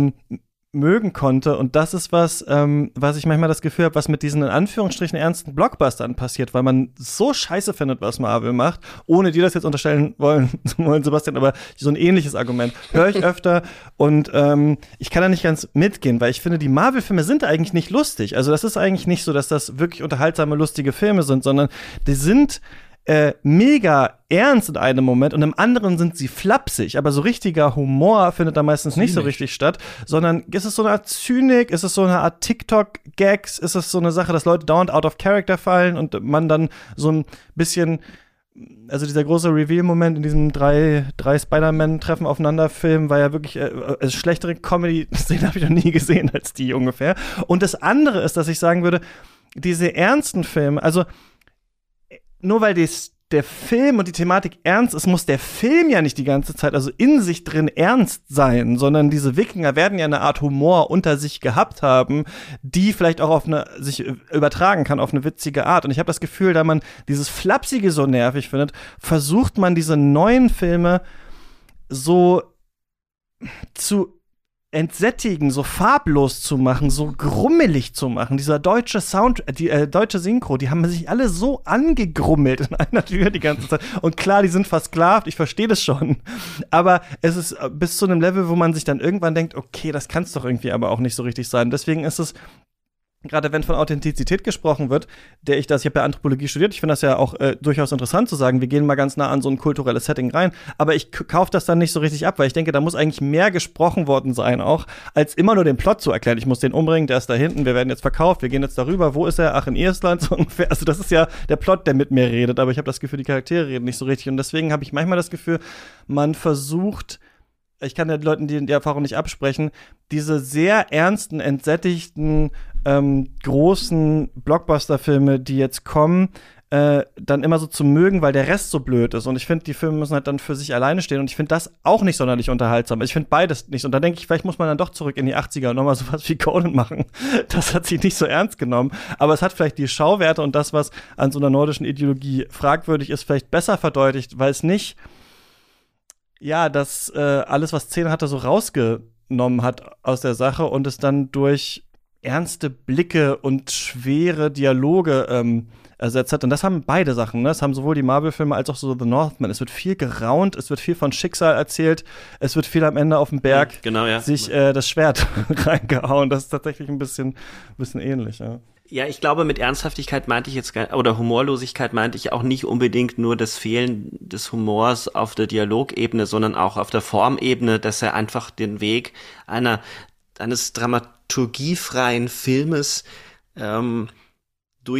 mögen konnte. Und das ist was ich manchmal das Gefühl habe, was mit diesen in Anführungsstrichen ernsten Blockbustern passiert, weil man so scheiße findet, was Marvel macht, ohne dir das jetzt unterstellen wollen, Sebastian, aber so ein ähnliches Argument höre ich öfter und ich kann da nicht ganz mitgehen, weil ich finde, die Marvel-Filme sind eigentlich nicht lustig. Also das ist eigentlich nicht so, dass das wirklich unterhaltsame, lustige Filme sind, sondern die sind mega ernst in einem Moment und im anderen sind sie flapsig, aber so richtiger Humor findet da meistens nicht so richtig statt, sondern ist es so eine Art Zynik, ist es so eine Art TikTok-Gags, ist es so eine Sache, dass Leute dauernd out of character fallen und man dann so ein bisschen, also dieser große Reveal-Moment in diesem drei Spider-Man-Treffen aufeinander Film war ja wirklich schlechtere Comedy-Szene habe ich noch nie gesehen als die ungefähr. Und das andere ist, dass ich sagen würde, diese ernsten Filme, also nur weil der Film und die Thematik ernst ist, muss der Film ja nicht die ganze Zeit, also in sich drin ernst sein, sondern diese Wikinger werden ja eine Art Humor unter sich gehabt haben, die vielleicht auch auf sich übertragen kann, auf eine witzige Art. Und ich habe das Gefühl, da man dieses Flapsige so nervig findet, versucht man diese neuen Filme so zu entsättigen, so farblos zu machen, so grummelig zu machen. Dieser deutsche Sound, die deutsche Synchro, die haben sich alle so angegrummelt in einer Tür die ganze Zeit. Und klar, die sind versklavt, ich verstehe das schon. Aber es ist bis zu einem Level, wo man sich dann irgendwann denkt, okay, das kann es doch irgendwie aber auch nicht so richtig sein. Deswegen ist es, gerade wenn von Authentizität gesprochen wird, ich habe ja Anthropologie studiert, ich finde das ja auch durchaus interessant zu sagen, wir gehen mal ganz nah an so ein kulturelles Setting rein, aber ich kaufe das dann nicht so richtig ab, weil ich denke, da muss eigentlich mehr gesprochen worden sein auch, als immer nur den Plot zu erklären. Ich muss den umbringen, der ist da hinten, wir werden jetzt verkauft, wir gehen jetzt darüber, wo ist er? Ach, in Irland, so ungefähr. Also das ist ja der Plot, der mit mir redet, aber ich habe das Gefühl, die Charaktere reden nicht so richtig und deswegen habe ich manchmal das Gefühl, man versucht, ich kann den Leuten die Erfahrung nicht absprechen, diese sehr ernsten, entsättigten, großen Blockbuster-Filme, die jetzt kommen, dann immer so zu mögen, weil der Rest so blöd ist. Und ich finde, die Filme müssen halt dann für sich alleine stehen. Und ich finde das auch nicht sonderlich unterhaltsam. Ich finde beides nicht. Und da denke ich, vielleicht muss man dann doch zurück in die 80er und nochmal sowas wie Conan machen. Das hat sich nicht so ernst genommen. Aber es hat vielleicht die Schauwerte und das, was an so einer nordischen Ideologie fragwürdig ist, vielleicht besser verdeutlicht, weil es nicht das alles, was 10 hatte, so rausgenommen hat aus der Sache und es dann durch ernste Blicke und schwere Dialoge ersetzt hat. Und das haben beide Sachen, ne? Das haben sowohl die Marvel-Filme als auch so The Northman. Es wird viel geraunt, es wird viel von Schicksal erzählt, es wird viel am Ende auf dem Berg sich das Schwert reingehauen. Das ist tatsächlich ein bisschen ähnlich, ja. Ja, ich glaube, mit Ernsthaftigkeit meinte ich jetzt oder Humorlosigkeit meinte ich auch nicht unbedingt nur das Fehlen des Humors auf der Dialogebene, sondern auch auf der Formebene, dass er einfach den Weg eines dramaturgiefreien Filmes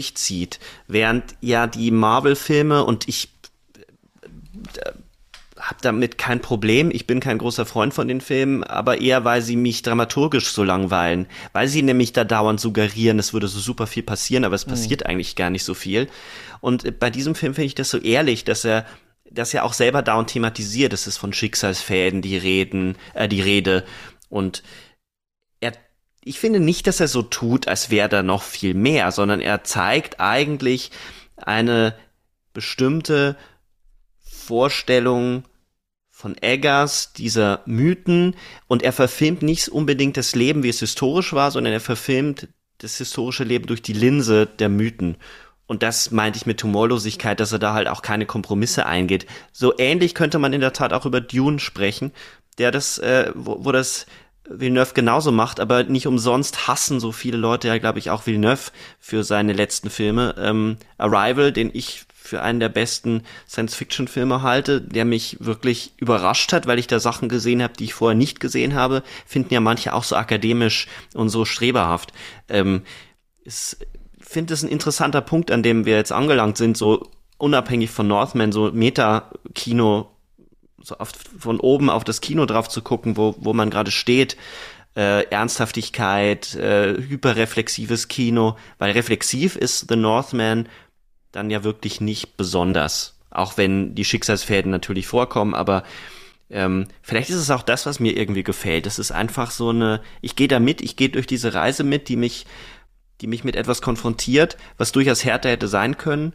durchzieht. Während ja die Marvel-Filme, und ich habe damit kein Problem. Ich bin kein großer Freund von den Filmen, aber eher, weil sie mich dramaturgisch so langweilen. Weil sie nämlich da dauernd suggerieren, es würde so super viel passieren, aber es passiert eigentlich gar nicht so viel. Und bei diesem Film finde ich das so ehrlich, dass er auch selber dauernd thematisiert. Es ist von Schicksalsfäden die Rede. Und ich finde nicht, dass er so tut, als wäre da noch viel mehr, sondern er zeigt eigentlich eine bestimmte Vorstellung von Eggers, dieser Mythen, und er verfilmt nicht unbedingt das Leben, wie es historisch war, sondern er verfilmt das historische Leben durch die Linse der Mythen. Und das meinte ich mit Humorlosigkeit, dass er da halt auch keine Kompromisse eingeht. So ähnlich könnte man in der Tat auch über Dune sprechen, der das, wo das Villeneuve genauso macht, aber nicht umsonst hassen so viele Leute ja, glaube ich, auch Villeneuve für seine letzten Filme. Arrival, den ich für einen der besten Science-Fiction-Filme halte, der mich wirklich überrascht hat, weil ich da Sachen gesehen habe, die ich vorher nicht gesehen habe, finden ja manche auch so akademisch und so streberhaft. Ich finde es ein interessanter Punkt, an dem wir jetzt angelangt sind, so unabhängig von Northman, so Meta-Kino, so von oben auf das Kino drauf zu gucken, wo man gerade steht, Ernsthaftigkeit, hyperreflexives Kino, weil reflexiv ist The Northman dann ja wirklich nicht besonders, auch wenn die Schicksalsfäden natürlich vorkommen, aber vielleicht ist es auch das, was mir irgendwie gefällt. Das ist einfach so ich gehe durch diese Reise mit, die mich mit etwas konfrontiert, was durchaus härter hätte sein können,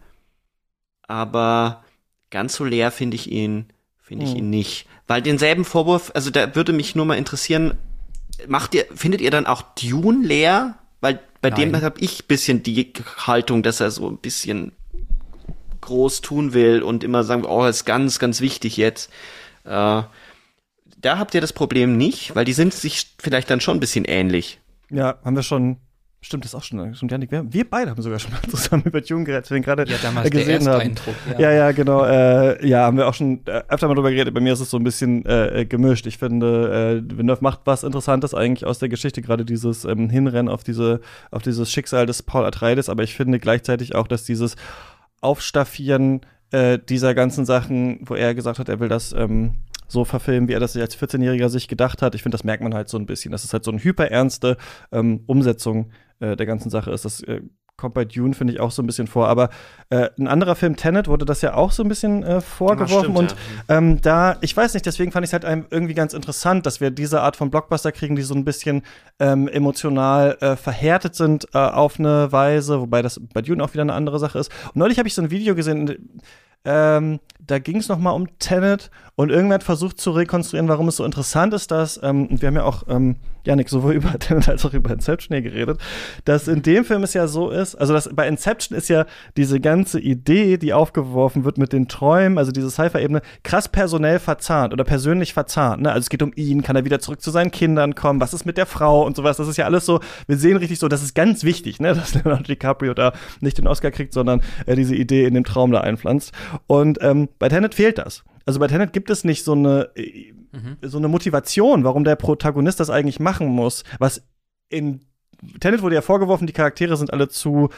aber ganz so leer finde ich ihn nicht. Weil denselben Vorwurf, also da würde mich nur mal interessieren, findet ihr dann auch Dune leer? Weil bei dem habe ich ein bisschen die Haltung, dass er so ein bisschen groß tun will und immer sagen, ist ganz, ganz wichtig jetzt. Da habt ihr das Problem nicht, weil die sind sich vielleicht dann schon ein bisschen ähnlich. Ja, haben wir schon. Stimmt, das ist auch schon Janik. Wir beide haben sogar schon mal zusammen über Dune geredet, als wir den gerade gesehen haben. Eindruck, ja, genau. Haben wir auch schon öfter mal drüber geredet. Bei mir ist es so ein bisschen gemischt. Ich finde, Villeneuve macht was Interessantes eigentlich aus der Geschichte, gerade dieses Hinrennen auf dieses Schicksal des Paul Atreides. Aber ich finde gleichzeitig auch, dass dieses Aufstaffieren dieser ganzen Sachen, wo er gesagt hat, er will das so verfilmen, wie er das als 14-Jähriger sich gedacht hat. Ich finde, das merkt man halt so ein bisschen. Das ist halt so eine hyperernste Umsetzung der ganzen Sache ist. Das kommt bei Dune, finde ich, auch so ein bisschen vor. Aber ein anderer Film, Tenet, wurde das ja auch so ein bisschen vorgeworfen. Ja, stimmt, und ich weiß nicht, deswegen fand ich es halt irgendwie ganz interessant, dass wir diese Art von Blockbuster kriegen, die so ein bisschen emotional verhärtet sind auf eine Weise, wobei das bei Dune auch wieder eine andere Sache ist. Und neulich habe ich so ein Video gesehen, da ging es noch mal um Tenet und irgendwer hat versucht zu rekonstruieren, warum es so interessant ist, dass, und wir haben ja auch, Janik, sowohl über Tenet als auch über Inception hier geredet, dass in dem Film es ja so ist, also bei Inception ist ja diese ganze Idee, die aufgeworfen wird mit den Träumen, also diese Sci-Fi-Ebene, krass personell verzahnt oder persönlich verzahnt, ne? Also es geht um ihn, kann er wieder zurück zu seinen Kindern kommen, was ist mit der Frau und sowas, das ist ja alles so, wir sehen richtig so, das ist ganz wichtig, ne? Dass Leonardo DiCaprio da nicht den Oscar kriegt, sondern diese Idee in dem Traum da einpflanzt. Und bei Tenet fehlt das. Also bei Tenet gibt es nicht so eine Motivation, warum der Protagonist das eigentlich machen muss. Was in Tenet wurde ja vorgeworfen, die Charaktere sind alle zu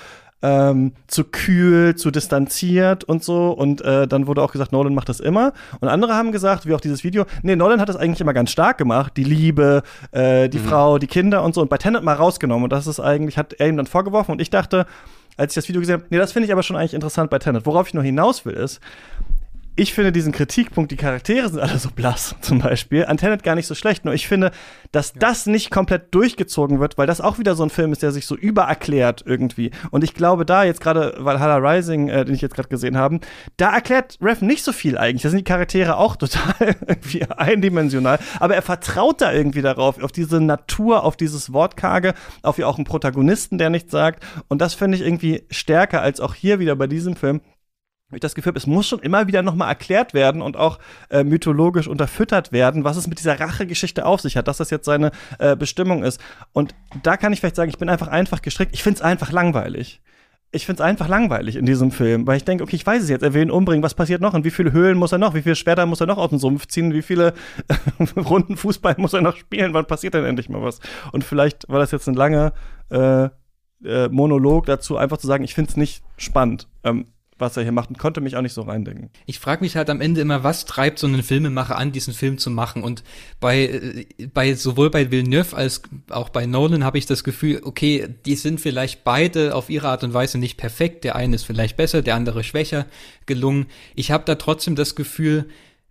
kühl, zu distanziert und so. Und dann wurde auch gesagt, Nolan macht das immer. Und andere haben gesagt, wie auch dieses Video, nee, Nolan hat das eigentlich immer ganz stark gemacht. Die Liebe, die Frau, die Kinder und so. Und bei Tenet mal rausgenommen. Und das ist eigentlich, hat er ihm dann vorgeworfen. Und ich dachte, als ich das Video gesehen habe, nee, das finde ich aber schon eigentlich interessant bei Tenet. Worauf ich nur hinaus will, ist, ich finde diesen Kritikpunkt, die Charaktere sind alle so blass, zum Beispiel, an Tenet gar nicht so schlecht. Nur ich finde, dass das nicht komplett durchgezogen wird, weil das auch wieder so ein Film ist, der sich so übererklärt irgendwie. Und ich glaube, da jetzt gerade Valhalla Rising, den ich jetzt gerade gesehen habe, da erklärt Rev nicht so viel eigentlich. Da sind die Charaktere auch total irgendwie eindimensional. Aber er vertraut da irgendwie darauf, auf diese Natur, auf dieses Wortkarge, auf auch einen Protagonisten, der nichts sagt. Und das finde ich irgendwie stärker als auch hier wieder bei diesem Film. Ich das Gefühl habe, es muss schon immer wieder nochmal erklärt werden und auch mythologisch unterfüttert werden, was es mit dieser Rachegeschichte auf sich hat, dass das jetzt seine Bestimmung ist. Und da kann ich vielleicht sagen, ich bin einfach gestrickt. Ich finde es einfach langweilig. Ich finde es einfach langweilig in diesem Film, weil ich denke, okay, ich weiß es jetzt, er will ihn umbringen, was passiert noch? Und wie viele Höhlen muss er noch? Wie viele Schwerter muss er noch auf den Sumpf ziehen? Wie viele Runden Fußball muss er noch spielen? Wann passiert denn endlich mal was? Und vielleicht war das jetzt ein langer Monolog dazu, einfach zu sagen, ich finde es nicht spannend. was er hier macht und konnte mich auch nicht so reindenken. Ich frage mich halt am Ende immer, was treibt so einen Filmemacher an, diesen Film zu machen? Und sowohl bei Villeneuve als auch bei Nolan habe ich das Gefühl, okay, die sind vielleicht beide auf ihre Art und Weise nicht perfekt. Der eine ist vielleicht besser, der andere schwächer gelungen. Ich habe da trotzdem das Gefühl,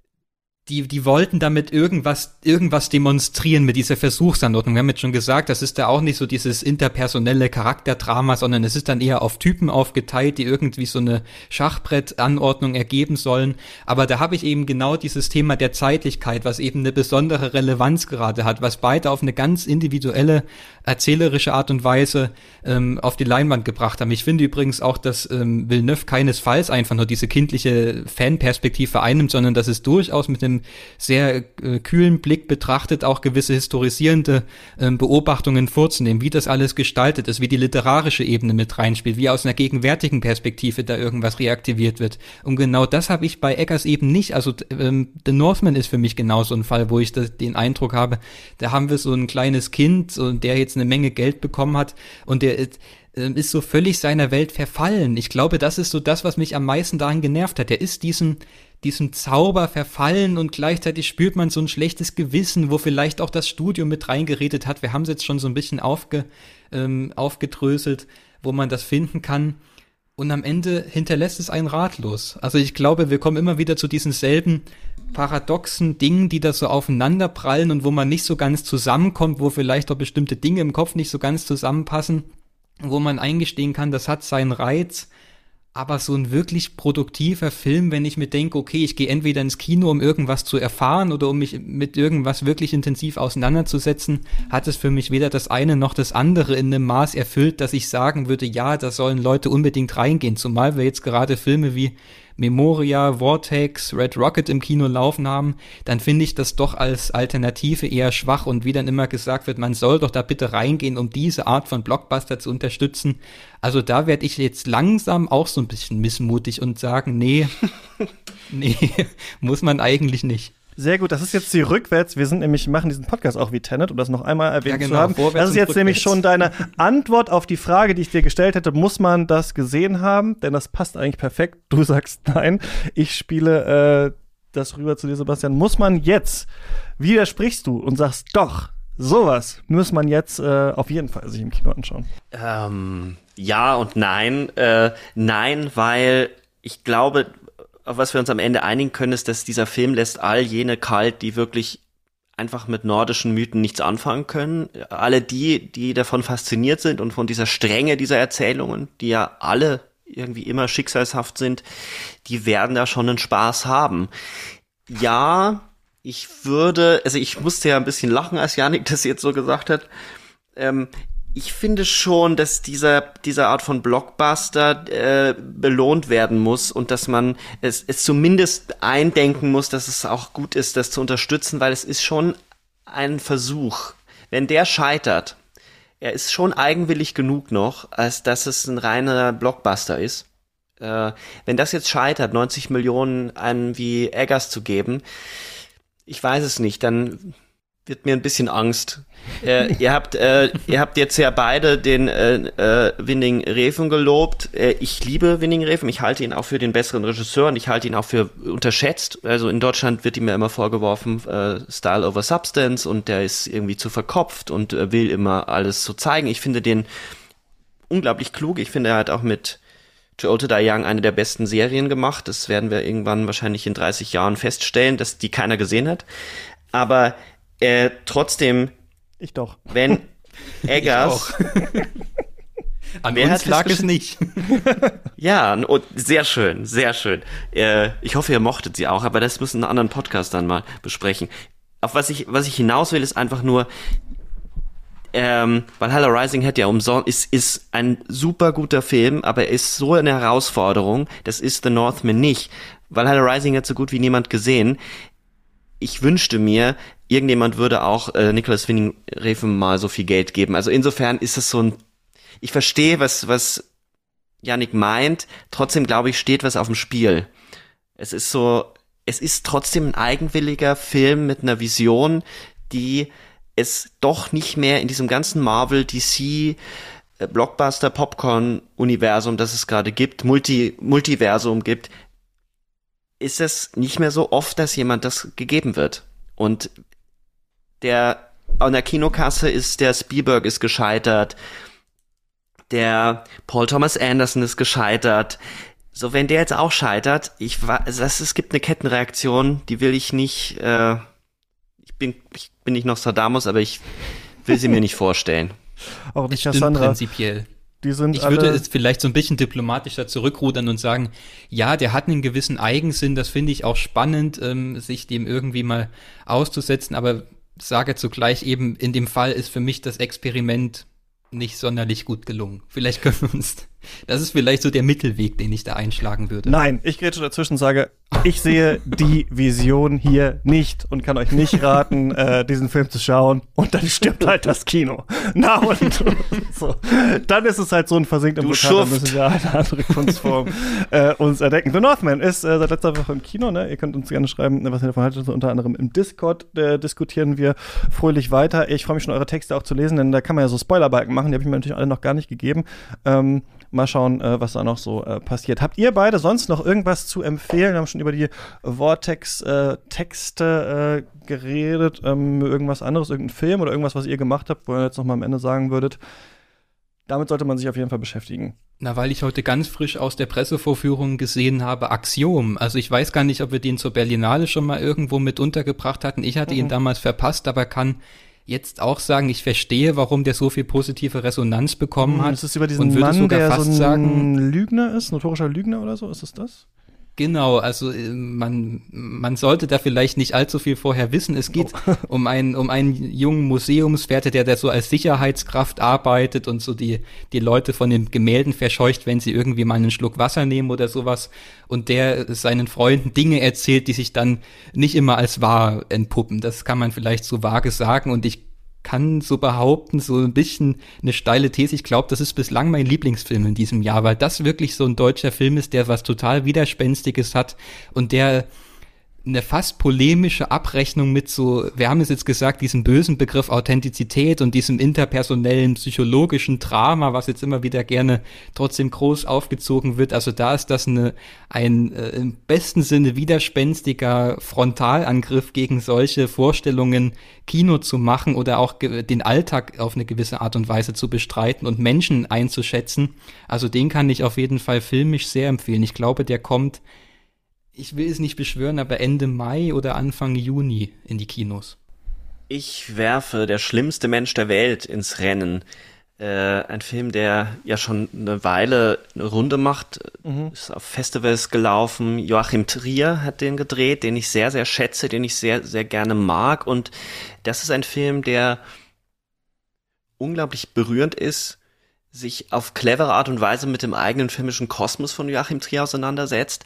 die wollten damit irgendwas demonstrieren mit dieser Versuchsanordnung. Wir haben jetzt schon gesagt, das ist da auch nicht so dieses interpersonelle Charakterdrama, sondern es ist dann eher auf Typen aufgeteilt, die irgendwie so eine Schachbrettanordnung ergeben sollen. Aber da habe ich eben genau dieses Thema der Zeitlichkeit, was eben eine besondere Relevanz gerade hat, was beide auf eine ganz individuelle, erzählerische Art und Weise auf die Leinwand gebracht haben. Ich finde übrigens auch, dass Villeneuve keinesfalls einfach nur diese kindliche Fanperspektive einnimmt, sondern dass es durchaus mit einem sehr kühlen Blick betrachtet, auch gewisse historisierende Beobachtungen vorzunehmen, wie das alles gestaltet ist, wie die literarische Ebene mit reinspielt, wie aus einer gegenwärtigen Perspektive da irgendwas reaktiviert wird. Und genau das habe ich bei Eggers eben nicht. Also The Northman ist für mich genau so ein Fall, wo ich den Eindruck habe, da haben wir so ein kleines Kind, der jetzt eine Menge Geld bekommen hat und der ist so völlig seiner Welt verfallen. Ich glaube, das ist so das, was mich am meisten daran genervt hat. Der ist diesem Zauber verfallen und gleichzeitig spürt man so ein schlechtes Gewissen, wo vielleicht auch das Studio mit reingeredet hat. Wir haben es jetzt schon so ein bisschen aufgedröselt, wo man das finden kann. Und am Ende hinterlässt es einen ratlos. Also ich glaube, wir kommen immer wieder zu diesen selben paradoxen Dingen, die da so aufeinander prallen und wo man nicht so ganz zusammenkommt, wo vielleicht auch bestimmte Dinge im Kopf nicht so ganz zusammenpassen, wo man eingestehen kann, das hat seinen Reiz. Aber so ein wirklich produktiver Film, wenn ich mir denke, okay, ich gehe entweder ins Kino, um irgendwas zu erfahren oder um mich mit irgendwas wirklich intensiv auseinanderzusetzen, hat es für mich weder das eine noch das andere in einem Maß erfüllt, dass ich sagen würde, ja, da sollen Leute unbedingt reingehen. Zumal wir jetzt gerade Filme wie Memoria, Vortex, Red Rocket im Kino laufen haben, dann finde ich das doch als Alternative eher schwach und wie dann immer gesagt wird, man soll doch da bitte reingehen, um diese Art von Blockbuster zu unterstützen. Also da werde ich jetzt langsam auch so ein bisschen missmutig und sagen, nee, muss man eigentlich nicht. Sehr gut, das ist jetzt die Rückwärts. Wir machen diesen Podcast auch wie Tenet, um das noch einmal erwähnt zu haben. Vorwärts das ist jetzt nämlich schon deine Antwort auf die Frage, die ich dir gestellt hätte. Muss man das gesehen haben? Denn das passt eigentlich perfekt. Du sagst nein. Ich spiele das rüber zu dir, Sebastian. Muss man jetzt, widersprichst du und sagst doch, sowas muss man jetzt auf jeden Fall sich im Kino anschauen. Ja und nein. Nein, weil ich glaube, auf was wir uns am Ende einigen können, ist, dass dieser Film lässt all jene kalt, die wirklich einfach mit nordischen Mythen nichts anfangen können. Alle die davon fasziniert sind und von dieser Strenge dieser Erzählungen, die ja alle irgendwie immer schicksalshaft sind, die werden da schon einen Spaß haben. Ja, ich musste ja ein bisschen lachen, als Yannick das jetzt so gesagt hat. Ich finde schon, dass diese Art von Blockbuster belohnt werden muss und dass man es zumindest eindenken muss, dass es auch gut ist, das zu unterstützen, weil es ist schon ein Versuch. Wenn der scheitert, er ist schon eigenwillig genug noch, als dass es ein reiner Blockbuster ist. Wenn das jetzt scheitert, 90 Millionen einem wie Eggers zu geben, ich weiß es nicht, dann wird mir ein bisschen Angst. Ihr habt jetzt ja beide den Winning Refn gelobt. Ich liebe Winning Refn. Ich halte ihn auch für den besseren Regisseur und ich halte ihn auch für unterschätzt. Also in Deutschland wird ihm ja immer vorgeworfen, Style over Substance und der ist irgendwie zu verkopft und will immer alles so zeigen. Ich finde den unglaublich klug. Ich finde, er hat auch mit Too Old to Die Young eine der besten Serien gemacht. Das werden wir irgendwann wahrscheinlich in 30 Jahren feststellen, dass die keiner gesehen hat. Aber trotzdem, ich doch. Wenn Eggers an uns lag es nicht. Ja, sehr schön, sehr schön. Ich hoffe, ihr mochtet sie auch, aber das müssen einen anderen Podcast dann mal besprechen. Auf was ich hinaus will, ist einfach nur, Valhalla Rising hätte ja ist ein super guter Film, aber er ist so eine Herausforderung, das ist The Northman nicht. Valhalla Rising hat so gut wie niemand gesehen. Ich wünschte mir, irgendjemand würde auch Nicolas Winding Refn mal so viel Geld geben. Also insofern ist es so ein, ich verstehe, was Yannick meint, trotzdem glaube ich, steht was auf dem Spiel. Es ist trotzdem ein eigenwilliger Film mit einer Vision, die es doch nicht mehr in diesem ganzen Marvel, DC, Blockbuster-Popcorn-Universum, das es gerade gibt, Multiversum gibt, ist es nicht mehr so oft, dass jemand das gegeben wird. Und an der Kinokasse ist der Spielberg ist gescheitert, der Paul Thomas Anderson ist gescheitert. So, wenn der jetzt auch scheitert, es gibt eine Kettenreaktion, die will ich nicht, ich bin nicht Nostradamus, aber ich will sie mir nicht vorstellen. Auch nicht Stimmt Cassandra. prinzipiell. Die sind Ich würde alle es vielleicht so ein bisschen diplomatischer zurückrudern und sagen, ja, der hat einen gewissen Eigensinn, das finde ich auch spannend, sich dem irgendwie mal auszusetzen, aber sage zugleich eben, in dem Fall ist für mich das Experiment nicht sonderlich gut gelungen. Vielleicht können wir uns, das ist vielleicht so der Mittelweg, den ich da einschlagen würde. Nein, ich grätsche dazwischen und sage, ich sehe die Vision hier nicht und kann euch nicht raten, diesen Film zu schauen. Und dann stirbt halt das Kino. Na und so. Dann ist es halt so ein versinkt im Vulkan, dann müssen wir eine andere Kunstform uns erdenken. The Northman ist seit letzter Woche im Kino. Ne? Ihr könnt uns gerne schreiben, was ihr davon haltet. Also unter anderem im Discord diskutieren wir fröhlich weiter. Ich freue mich schon, eure Texte auch zu lesen, denn da kann man ja so Spoilerbalken machen. Die habe ich mir natürlich alle noch gar nicht gegeben. Mal schauen, was da noch so passiert. Habt ihr beide sonst noch irgendwas zu empfehlen? Wir haben schon über die Vortex-Texte geredet. Irgendwas anderes, irgendein Film oder irgendwas, was ihr gemacht habt, wo ihr jetzt noch mal am Ende sagen würdet, damit sollte man sich auf jeden Fall beschäftigen. Na, weil ich heute ganz frisch aus der Pressevorführung gesehen habe, Axiom. Also ich weiß gar nicht, ob wir den zur Berlinale schon mal irgendwo mit untergebracht hatten. Ich hatte ihn damals verpasst, aber kann jetzt auch sagen, ich verstehe, warum der so viel positive Resonanz bekommen hat. Ist es über diesen und würde Mann, sogar der fast so ein sagen, Lügner ist, notorischer Lügner oder so? Ist es das? genau, also man sollte da vielleicht nicht allzu viel vorher wissen. Es geht um einen jungen Museumswärter, der so als Sicherheitskraft arbeitet und so die Leute von den Gemälden verscheucht, wenn sie irgendwie mal einen Schluck Wasser nehmen oder sowas. Und der seinen Freunden Dinge erzählt, die sich dann nicht immer als wahr entpuppen. Das kann man vielleicht so vage sagen. Und ich kann so behaupten, so ein bisschen eine steile These. Ich glaube, das ist bislang mein Lieblingsfilm in diesem Jahr, weil das wirklich so ein deutscher Film ist, der was total Widerspenstiges hat und der eine fast polemische Abrechnung mit so, wir haben es jetzt gesagt, diesem bösen Begriff Authentizität und diesem interpersonellen psychologischen Drama, was jetzt immer wieder gerne trotzdem groß aufgezogen wird. Also da ist das ein im besten Sinne widerspenstiger Frontalangriff gegen solche Vorstellungen, Kino zu machen oder auch den Alltag auf eine gewisse Art und Weise zu bestreiten und Menschen einzuschätzen. Also den kann ich auf jeden Fall filmisch sehr empfehlen. Ich glaube, der kommt, ich will es nicht beschwören, aber Ende Mai oder Anfang Juni in die Kinos. Ich werfe Der schlimmste Mensch der Welt ins Rennen. Ein Film, der ja schon eine Weile eine Runde macht, ist auf Festivals gelaufen. Joachim Trier hat den gedreht, den ich sehr, sehr schätze, den ich sehr, sehr gerne mag. Und das ist ein Film, der unglaublich berührend ist, sich auf clevere Art und Weise mit dem eigenen filmischen Kosmos von Joachim Trier auseinandersetzt.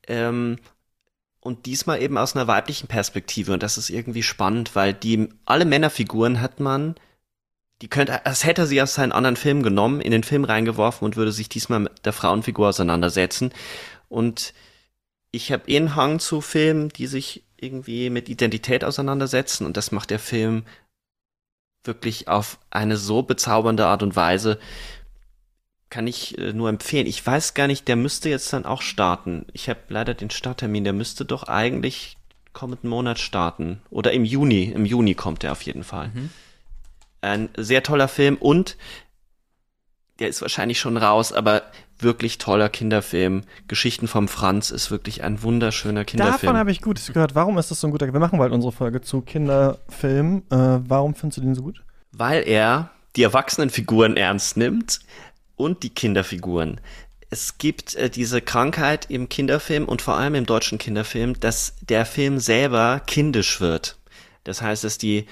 Und diesmal eben aus einer weiblichen Perspektive. Und das ist irgendwie spannend, weil alle Männerfiguren hat man, als hätte er sie aus seinen anderen Filmen genommen, in den Film reingeworfen und würde sich diesmal mit der Frauenfigur auseinandersetzen. Und ich habe einen Hang zu Filmen, die sich irgendwie mit Identität auseinandersetzen. Und das macht der Film wirklich auf eine so bezaubernde Art und Weise. Kann ich nur empfehlen. Ich weiß gar nicht, der müsste jetzt dann auch starten. Ich habe leider den Starttermin, der müsste doch eigentlich kommenden Monat starten. Oder im Juni. Im Juni kommt der auf jeden Fall. Ein sehr toller Film und der ist wahrscheinlich schon raus, aber wirklich toller Kinderfilm. Geschichten vom Franz ist wirklich ein wunderschöner Kinderfilm. Davon habe ich Gutes gehört. Warum ist das so ein guter? Wir machen bald unsere Folge zu Kinderfilmen. Warum findest du den so gut? Weil er die Erwachsenenfiguren ernst nimmt und die Kinderfiguren. Es gibt diese Krankheit im Kinderfilm und vor allem im deutschen Kinderfilm, dass der Film selber kindisch wird. Das heißt, dass die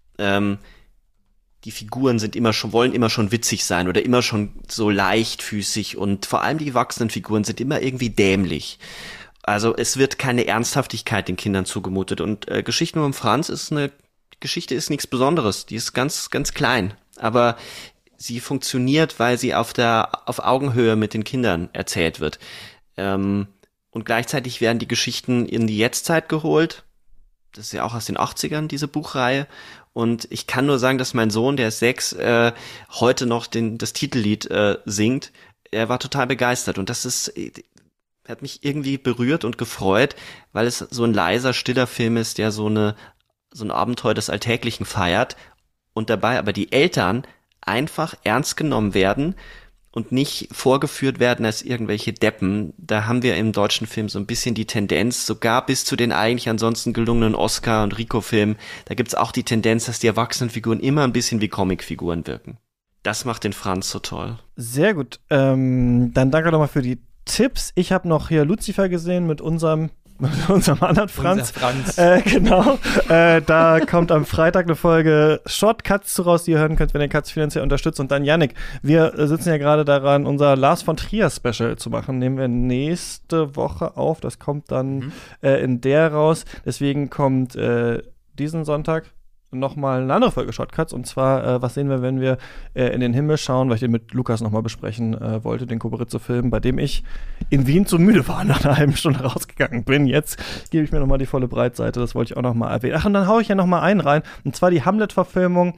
Figuren wollen immer schon witzig sein oder immer schon so leichtfüßig und vor allem die Erwachsenenfiguren sind immer irgendwie dämlich. Also es wird keine Ernsthaftigkeit den Kindern zugemutet und Geschichten um Franz die Geschichte ist nichts Besonderes, die ist ganz, ganz klein, aber sie funktioniert, weil sie auf Augenhöhe mit den Kindern erzählt wird. Und gleichzeitig werden die Geschichten in die Jetztzeit geholt. das ist ja auch aus den 80ern, diese Buchreihe. Und ich kann nur sagen, dass mein Sohn, der ist 6, heute noch das Titellied singt. Er war total begeistert und das hat mich irgendwie berührt und gefreut, weil es so ein leiser, stiller Film ist, der so ein Abenteuer des Alltäglichen feiert und dabei aber die Eltern einfach ernst genommen werden und nicht vorgeführt werden als irgendwelche Deppen. Da haben wir im deutschen Film so ein bisschen die Tendenz, sogar bis zu den eigentlich ansonsten gelungenen Oscar- und Rico-Filmen, da gibt's auch die Tendenz, dass die Erwachsenenfiguren immer ein bisschen wie Comicfiguren wirken. Das macht den Franz so toll. Sehr gut. Dann danke nochmal für die Tipps. Ich habe noch hier Lucifer gesehen mit unserem anderen Franz. Genau. Da kommt am Freitag eine Folge Shortcuts raus, die ihr hören könnt, wenn ihr Cuts finanziell unterstützt. Und dann, Yannick, wir sitzen ja gerade daran, unser Lars von Trier Special zu machen. Nehmen wir nächste Woche auf. Das kommt dann in der raus. Deswegen kommt diesen Sonntag nochmal eine andere Folge Shortcuts, und zwar, was sehen wir, wenn wir in den Himmel schauen, weil ich den mit Lukas nochmal besprechen wollte, den Koberizo-Film, bei dem ich in Wien zu müde war, nach einer halben Stunde rausgegangen bin. Jetzt gebe ich mir nochmal die volle Breitseite, das wollte ich auch nochmal erwähnen. Ach, und dann haue ich ja nochmal einen rein, und zwar die Hamlet-Verfilmung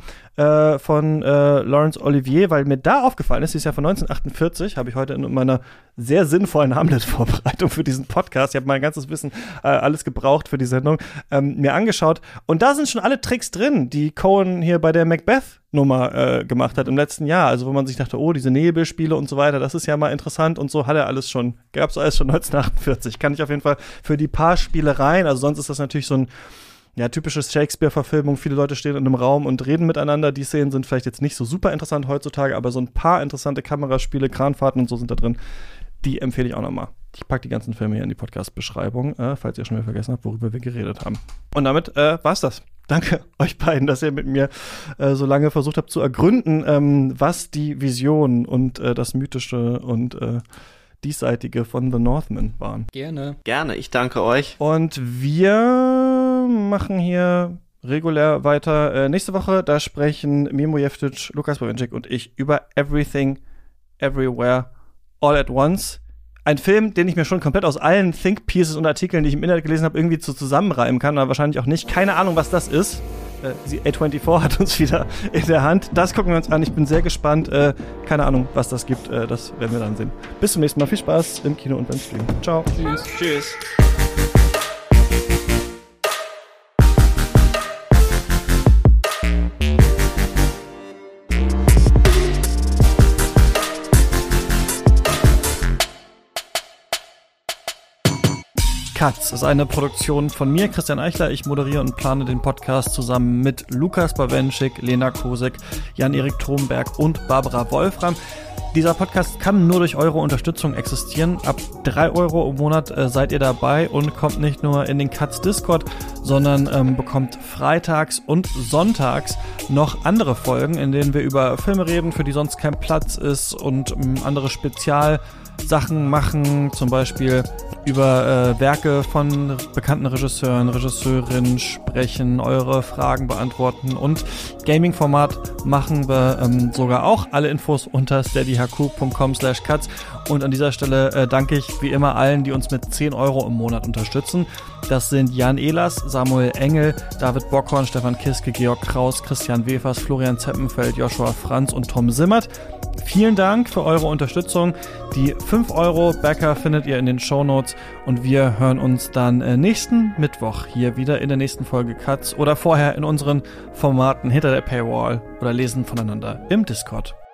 von Laurence Olivier, weil mir da aufgefallen ist, die ist ja von 1948, habe ich heute in meiner sehr sinnvollen Hamlet-Vorbereitung für diesen Podcast, ich habe mein ganzes Wissen, alles gebraucht für die Sendung, mir angeschaut, und da sind schon alle Tricks drin, die Coen hier bei der Macbeth-Nummer gemacht hat im letzten Jahr, also wo man sich dachte, oh, diese Nebelspiele und so weiter, das ist ja mal interessant, und so hat er alles schon, gab's alles schon 1948, kann ich auf jeden Fall für die paar Spielereien, also sonst ist das natürlich so ein typisches Shakespeare-Verfilmung, viele Leute stehen in einem Raum und reden miteinander, die Szenen sind vielleicht jetzt nicht so super interessant heutzutage, aber so ein paar interessante Kameraspiele, Kranfahrten und so sind da drin, die empfehle ich auch nochmal. Ich packe die ganzen Filme hier in die Podcast-Beschreibung, falls ihr schon wieder vergessen habt, worüber wir geredet haben. Und damit war's das. Danke euch beiden, dass ihr mit mir so lange versucht habt zu ergründen, was die Vision und das Mythische und Diesseitige von The Northman waren. Gerne. Gerne, ich danke euch. Und wir machen hier regulär weiter. Nächste Woche, da sprechen Mimo Jeftic, Lukas Bawenschik und ich über Everything, Everywhere, All at Once. Ein Film, den ich mir schon komplett aus allen Think Pieces und Artikeln, die ich im Internet gelesen habe, irgendwie zusammenreimen kann, aber wahrscheinlich auch nicht. Keine Ahnung, was das ist. A24 hat uns wieder in der Hand. Das gucken wir uns an. Ich bin sehr gespannt. Keine Ahnung, was das gibt. Das werden wir dann sehen. Bis zum nächsten Mal. Viel Spaß im Kino und beim Stream. Ciao. Tschüss. Tschüss. Cuts ist eine Produktion von mir, Christian Eichler. Ich moderiere und plane den Podcast zusammen mit Lukas Bawenschik, Lena Kosek, Jan-Erik Thomberg und Barbara Wolfram. Dieser Podcast kann nur durch eure Unterstützung existieren. Ab 3 Euro im Monat seid ihr dabei und kommt nicht nur in den Cuts Discord, sondern bekommt freitags und sonntags noch andere Folgen, in denen wir über Filme reden, für die sonst kein Platz ist, und andere Spezialsachen machen, zum Beispiel über Werke von bekannten Regisseuren, Regisseurinnen sprechen, eure Fragen beantworten, und Gaming-Format machen wir sogar auch. Alle Infos unter steadyhq.com/cuts. Und an dieser Stelle danke ich wie immer allen, die uns mit 10 Euro im Monat unterstützen. Das sind Jan Ehlers, Samuel Engel, David Bockhorn, Stefan Kiske, Georg Kraus, Christian Wefers, Florian Zeppenfeld, Joshua Franz und Tom Simmert. Vielen Dank für eure Unterstützung. Die 5 Euro Backer findet ihr in den Shownotes, und wir hören uns dann nächsten Mittwoch hier wieder in der nächsten Folge Cuts oder vorher in unseren Formaten hinter der Paywall oder lesen voneinander im Discord.